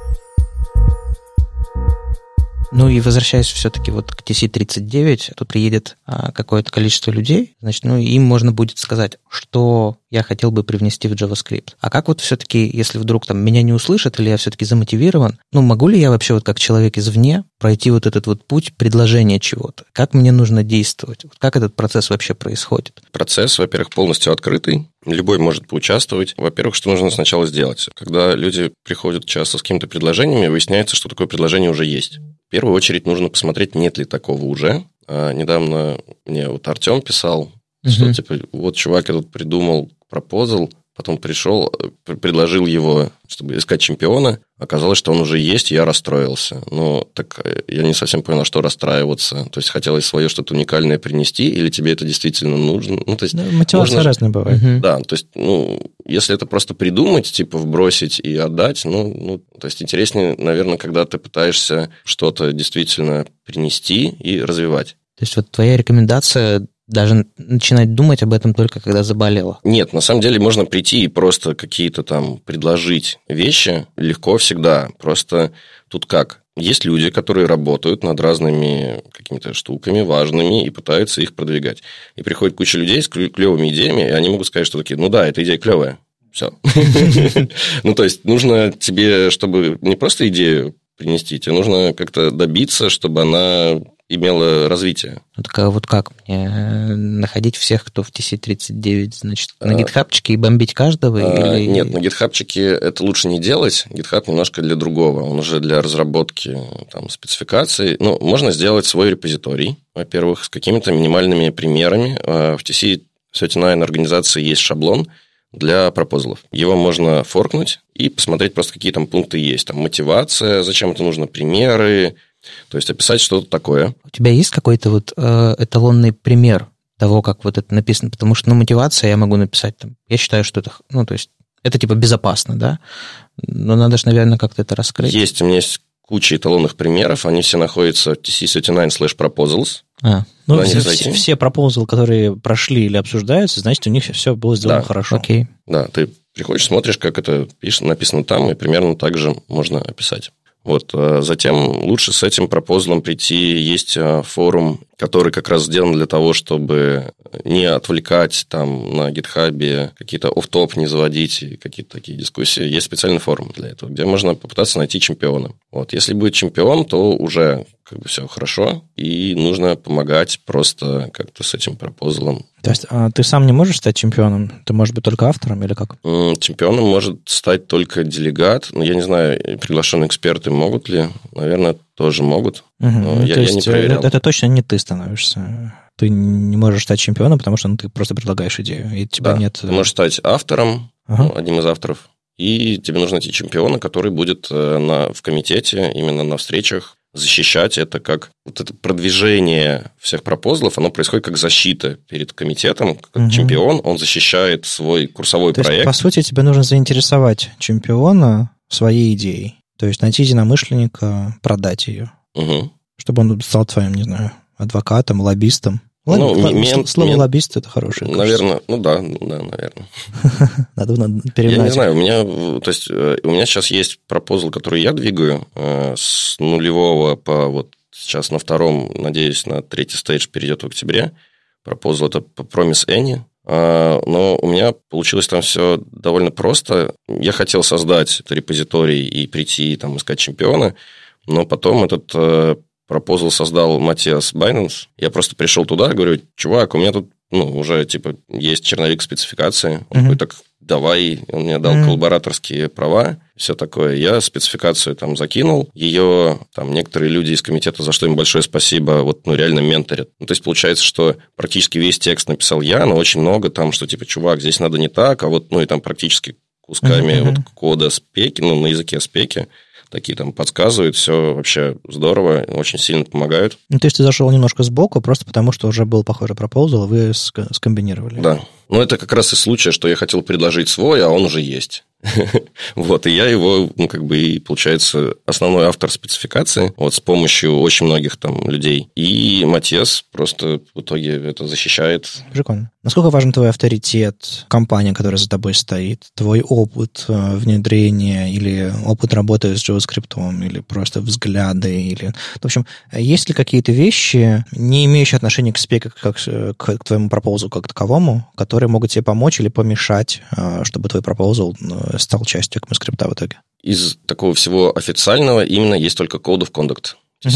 Speaker 3: Ну и возвращаясь все-таки вот к TC39, тут приедет какое-то количество людей, значит, ну им можно будет сказать, что я хотел бы привнести в JavaScript. А как вот все-таки, если вдруг там меня не услышат, или я все-таки замотивирован, ну могу ли я вообще вот как человек извне пройти вот этот вот путь предложения чего-то? Как мне нужно действовать? Как этот процесс вообще происходит?
Speaker 2: Процесс, во-первых, полностью открытый. Любой может поучаствовать. Во-первых, что нужно сначала сделать? Когда люди приходят часто с какими-то предложениями, выясняется, что такое предложение уже есть. В первую очередь нужно посмотреть, нет ли такого уже. Недавно мне вот Артем писал, что типа вот чувак, я тут придумал пропозал, потом пришел, предложил его, чтобы искать чемпиона. Оказалось, что он уже есть, и я расстроился. Но так я не совсем понял, что расстраиваться. То есть хотелось свое что-то уникальное принести, или тебе это действительно нужно? Ну, то есть,
Speaker 1: мотивация разная бывает.
Speaker 2: Да, то есть, если это просто придумать, типа вбросить и отдать, то есть интереснее, наверное, когда ты пытаешься что-то действительно принести и развивать.
Speaker 3: То есть вот твоя рекомендация даже начинать думать об этом только когда заболело?
Speaker 2: Нет, на самом деле можно прийти и просто какие-то там предложить вещи легко всегда. Просто тут как? Есть люди, которые работают над разными какими-то штуками важными и пытаются их продвигать. И приходит куча людей с клевыми идеями, и они могут сказать, что такие, ну да, эта идея клевая. Все. Ну, то есть, нужно тебе, чтобы не просто идею принести, тебе нужно как-то добиться, чтобы она имела развитие.
Speaker 3: Вот как мне находить всех, кто в TC39, значит, на гитхабчике и бомбить каждого? Или...
Speaker 2: Нет, на гитхабчике это лучше не делать. GitHub немножко для другого. Он уже для разработки там, спецификаций. Ну, можно сделать свой репозиторий, во-первых, с какими-то минимальными примерами. В TC39 организации есть шаблон для пропозалов. Его можно форкнуть и посмотреть просто, какие там пункты есть. Там мотивация, зачем это нужно, примеры. То есть описать что-то такое.
Speaker 3: У тебя есть какой-то вот эталонный пример того, как вот это написано? Потому что, мотивация я могу написать там. Я считаю, что это, то есть это типа безопасно, да? Но надо же, наверное, как-то это раскрыть.
Speaker 2: У меня есть куча эталонных примеров. Они все находятся в TC39/proposals.
Speaker 1: Все пропозалы, которые прошли или обсуждаются, значит, у них все было сделано хорошо.
Speaker 3: Окей.
Speaker 2: Да, ты приходишь, смотришь, как это написано там, и примерно так же можно описать. Вот, затем лучше с этим пропозалом прийти. Есть форум, который как раз сделан для того, чтобы не отвлекать там на GitHub, какие-то офф-топ не заводить и какие-то такие дискуссии. Есть специальный форум для этого, где можно попытаться найти чемпиона. Вот, если будет чемпион, то уже как бы все хорошо, и нужно помогать просто как-то с этим пропозалом.
Speaker 1: То есть ты сам не можешь стать чемпионом? Ты можешь быть только автором или как?
Speaker 2: Чемпионом может стать только делегат. Я не знаю, приглашенные эксперты могут ли. Наверное, тоже могут.
Speaker 1: Я не проверял. Это точно не ты становишься. ты не можешь стать чемпионом, потому что ты просто предлагаешь идею, и у тебя нет...
Speaker 2: Ты можешь стать автором, одним из авторов, и тебе нужно найти чемпиона, который будет в комитете, именно на встречах, защищать это как... Вот это продвижение всех пропозалов, оно происходит как защита перед комитетом. Как чемпион, он защищает свой курсовой проект.
Speaker 1: Есть, по сути, тебе нужно заинтересовать чемпиона своей идеей. То есть найти единомышленника, продать ее. Чтобы он стал твоим, не знаю, адвокатом, лоббистом. Слово лоббист – это хорошее.
Speaker 2: Наверное, наверное.
Speaker 1: Надо передать.
Speaker 2: Я не знаю, у меня сейчас есть пропозал, который я двигаю с нулевого по вот сейчас на втором, надеюсь, на третий стейдж перейдет в октябре. Пропозал это по Promise Any. Но у меня получилось там все довольно просто. Я хотел создать этот репозиторий и прийти там искать чемпиона, но потом этот пропозал создал Матиас Байненс. Я просто пришел туда, говорю, чувак, у меня тут уже есть черновик спецификации. Он такой, так давай, он мне дал коллабораторские права, все такое. Я спецификацию там закинул, ее там некоторые люди из комитета, за что им большое спасибо, реально менторят. То есть получается, что практически весь текст написал я, но очень много там, что чувак, здесь надо не так, а и там практически кусками кода спеки, на языке спеки, такие там подсказывают, все вообще здорово, очень сильно помогают.
Speaker 1: То есть ты зашел немножко сбоку, просто потому что уже был похожий пропозал, и вы скомбинировали.
Speaker 2: Да. Это как раз из случая, что я хотел предложить свой, а он уже есть. И я его, и получается, основной автор спецификации, с помощью очень многих там людей. И Матиас просто в итоге это защищает.
Speaker 1: Прикольно. Насколько важен твой авторитет, компания, которая за тобой стоит, твой опыт внедрения или опыт работы с JavaScript, или просто взгляды, или... В общем, есть ли какие-то вещи, не имеющие отношения к спеке, как к твоему пропозалу как таковому, которые могут тебе помочь или помешать, чтобы твой пропозал стал частью ECMAScript в итоге?
Speaker 2: Из такого всего официального именно есть только Code of Conduct.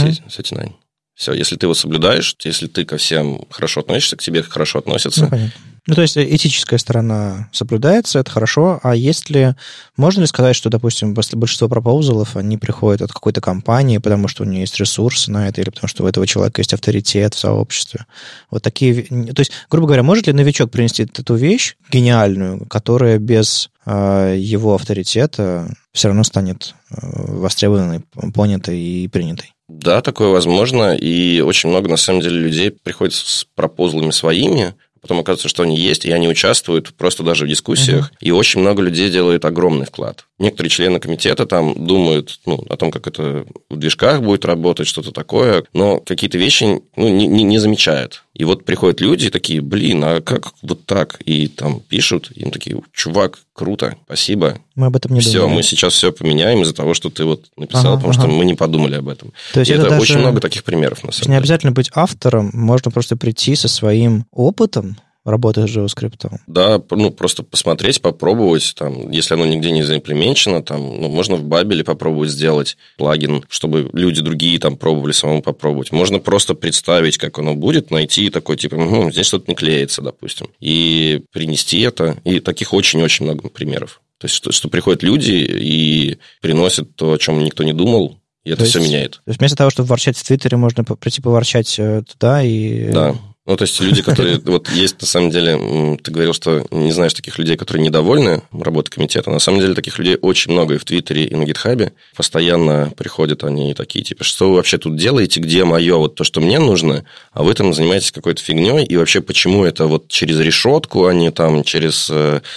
Speaker 2: Все, если ты его соблюдаешь, если ты ко всем хорошо относишься, к тебе хорошо относятся.
Speaker 1: Понятно. То есть этическая сторона соблюдается, это хорошо, а можно ли сказать, что, допустим, большинство пропозалов, они приходят от какой-то компании, потому что у нее есть ресурсы на это, или потому что у этого человека есть авторитет в сообществе? Такие... То есть, грубо говоря, может ли новичок принести эту вещь гениальную, которая без его авторитета все равно станет востребованной, понятой и принятой?
Speaker 2: Да, такое возможно, и очень много, на самом деле, людей приходят с пропозалами своими, потом оказывается, что они есть, и они участвуют просто даже в дискуссиях, и очень много людей делают огромный вклад. Некоторые члены комитета там думают о том, как это в движках будет работать, что-то такое, но какие-то вещи не замечают. И приходят люди такие, а как вот так? И там пишут, и им такие, чувак, круто, спасибо.
Speaker 1: Мы об этом не думали.
Speaker 2: Все, мы сейчас все поменяем из-за того, что ты написал, потому что мы не подумали об этом.
Speaker 1: То есть
Speaker 2: это очень много таких примеров, на самом деле.
Speaker 1: Не обязательно быть автором, можно просто прийти со своим опытом работы с JavaScript.
Speaker 2: Да, просто посмотреть, попробовать, если оно нигде не заимплеменчено, можно в Бабеле попробовать сделать плагин, чтобы люди другие пробовали самому попробовать. Можно просто представить, как оно будет, найти такой, здесь что-то не клеится, допустим, и принести это. И таких очень-очень много примеров. То есть, что приходят люди и приносят то, о чем никто не думал, и это все меняет.
Speaker 1: То есть, вместо того, чтобы ворчать в Твиттере, можно прийти поворчать туда и...
Speaker 2: Да. То есть, люди, которые... есть, на самом деле, ты говорил, что не знаешь таких людей, которые недовольны работой комитета. На самом деле, таких людей очень много и в Твиттере, и на GitHub. Постоянно приходят они такие, что вы вообще тут делаете, где мое то, что мне нужно, а вы там занимаетесь какой-то фигней, и вообще, почему это через решетку, а не через...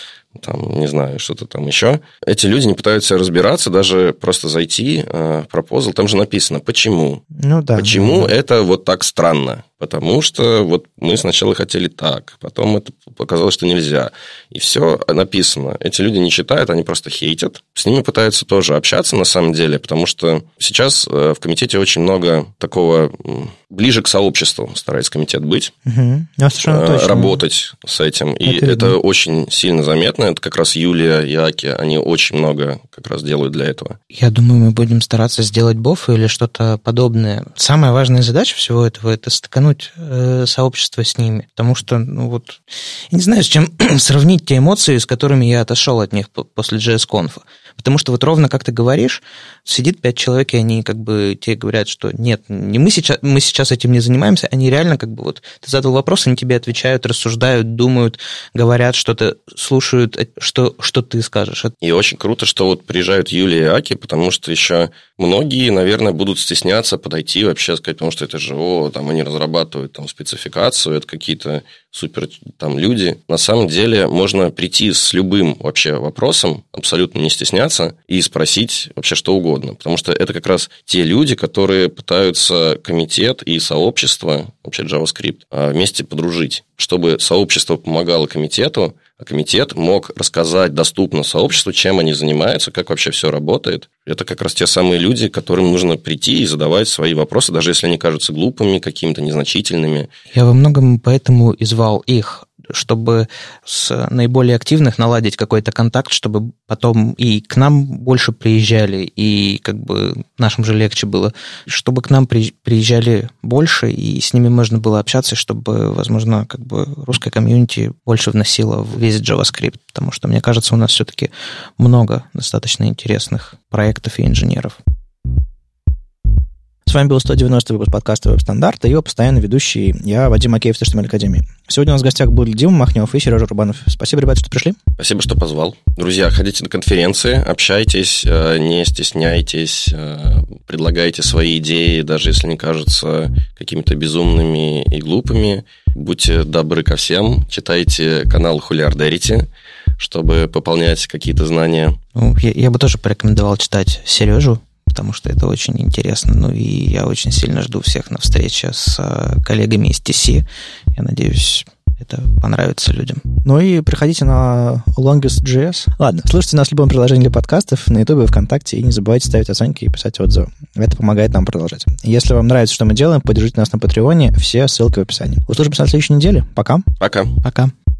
Speaker 2: не знаю, что-то там еще. Эти люди не пытаются разбираться, даже просто зайти в пропозал, там же написано, почему. Почему это так странно? Потому что мы сначала хотели так, потом это показалось, что нельзя. И все написано. Эти люди не читают, они просто хейтят. С ними пытаются тоже общаться, на самом деле, потому что сейчас в комитете очень много такого... Ближе к сообществу старается комитет быть. Работать с этим. И это очень сильно заметно. Это как раз Юлия и Аки, они очень много как раз делают для этого.
Speaker 3: Я думаю, мы будем стараться сделать бофы или что-то подобное. Самая важная задача всего этого – это стыкануть развернуть сообщество с ними. Потому что, я не знаю, с чем сравнить те эмоции, с которыми я отошел от них после JS-конфа. Потому что ровно как ты говоришь, сидит 5 человек, и они тебе говорят, что нет, не мы сейчас этим не занимаемся, они реально ты задал вопрос, они тебе отвечают, рассуждают, думают, говорят что-то, слушают, что ты скажешь.
Speaker 2: И очень круто, что приезжают Юлия и Аки, потому что еще многие, наверное, будут стесняться подойти вообще сказать, потому что это же, они разрабатывают спецификацию, это какие-то супер люди. На самом деле можно прийти с любым вообще вопросом, абсолютно не стесняться, и спросить вообще что угодно. Потому что это как раз те люди, которые пытаются комитет и сообщество, вообще JavaScript, вместе подружить, чтобы сообщество помогало комитету, а комитет мог рассказать доступно сообществу, чем они занимаются, как вообще все работает. Это как раз те самые люди, которым нужно прийти и задавать свои вопросы, даже если они кажутся глупыми, какими-то незначительными.
Speaker 3: Я во многом поэтому и звал их, чтобы с наиболее активных наладить какой-то контакт, чтобы потом и к нам больше приезжали, и нашим же легче было, чтобы к нам приезжали больше, и с ними можно было общаться, чтобы, возможно, русская комьюнити больше вносила в весь JavaScript, потому что, мне кажется, у нас все-таки много достаточно интересных проектов и инженеров.
Speaker 1: С вами был 190-й выпуск подкаста «Веб-стандарт» и его постоянный ведущий я, Вадим Макеев из HTML Академии. Сегодня у нас в гостях был Дима Махнев и Сережа Рубанов. Спасибо, ребята, что пришли.
Speaker 2: Спасибо, что позвал. Друзья, ходите на конференции, общайтесь, не стесняйтесь, предлагайте свои идеи, даже если они кажутся какими-то безумными и глупыми. Будьте добры ко всем, читайте канал Houliardерity, чтобы пополнять какие-то знания.
Speaker 3: Я бы тоже порекомендовал читать Сережу, потому что это очень интересно. И я очень сильно жду всех на встрече с коллегами из TC. Я надеюсь, это понравится людям.
Speaker 1: И приходите на Longest.js. Ладно, слушайте нас в любом приложении для подкастов, на YouTube и ВКонтакте, и не забывайте ставить оценки и писать отзывы. Это помогает нам продолжать. Если вам нравится, что мы делаем, поддержите нас на Патреоне. Все ссылки в описании. Услышимся на следующей неделе. Пока.
Speaker 2: Пока.
Speaker 3: Пока.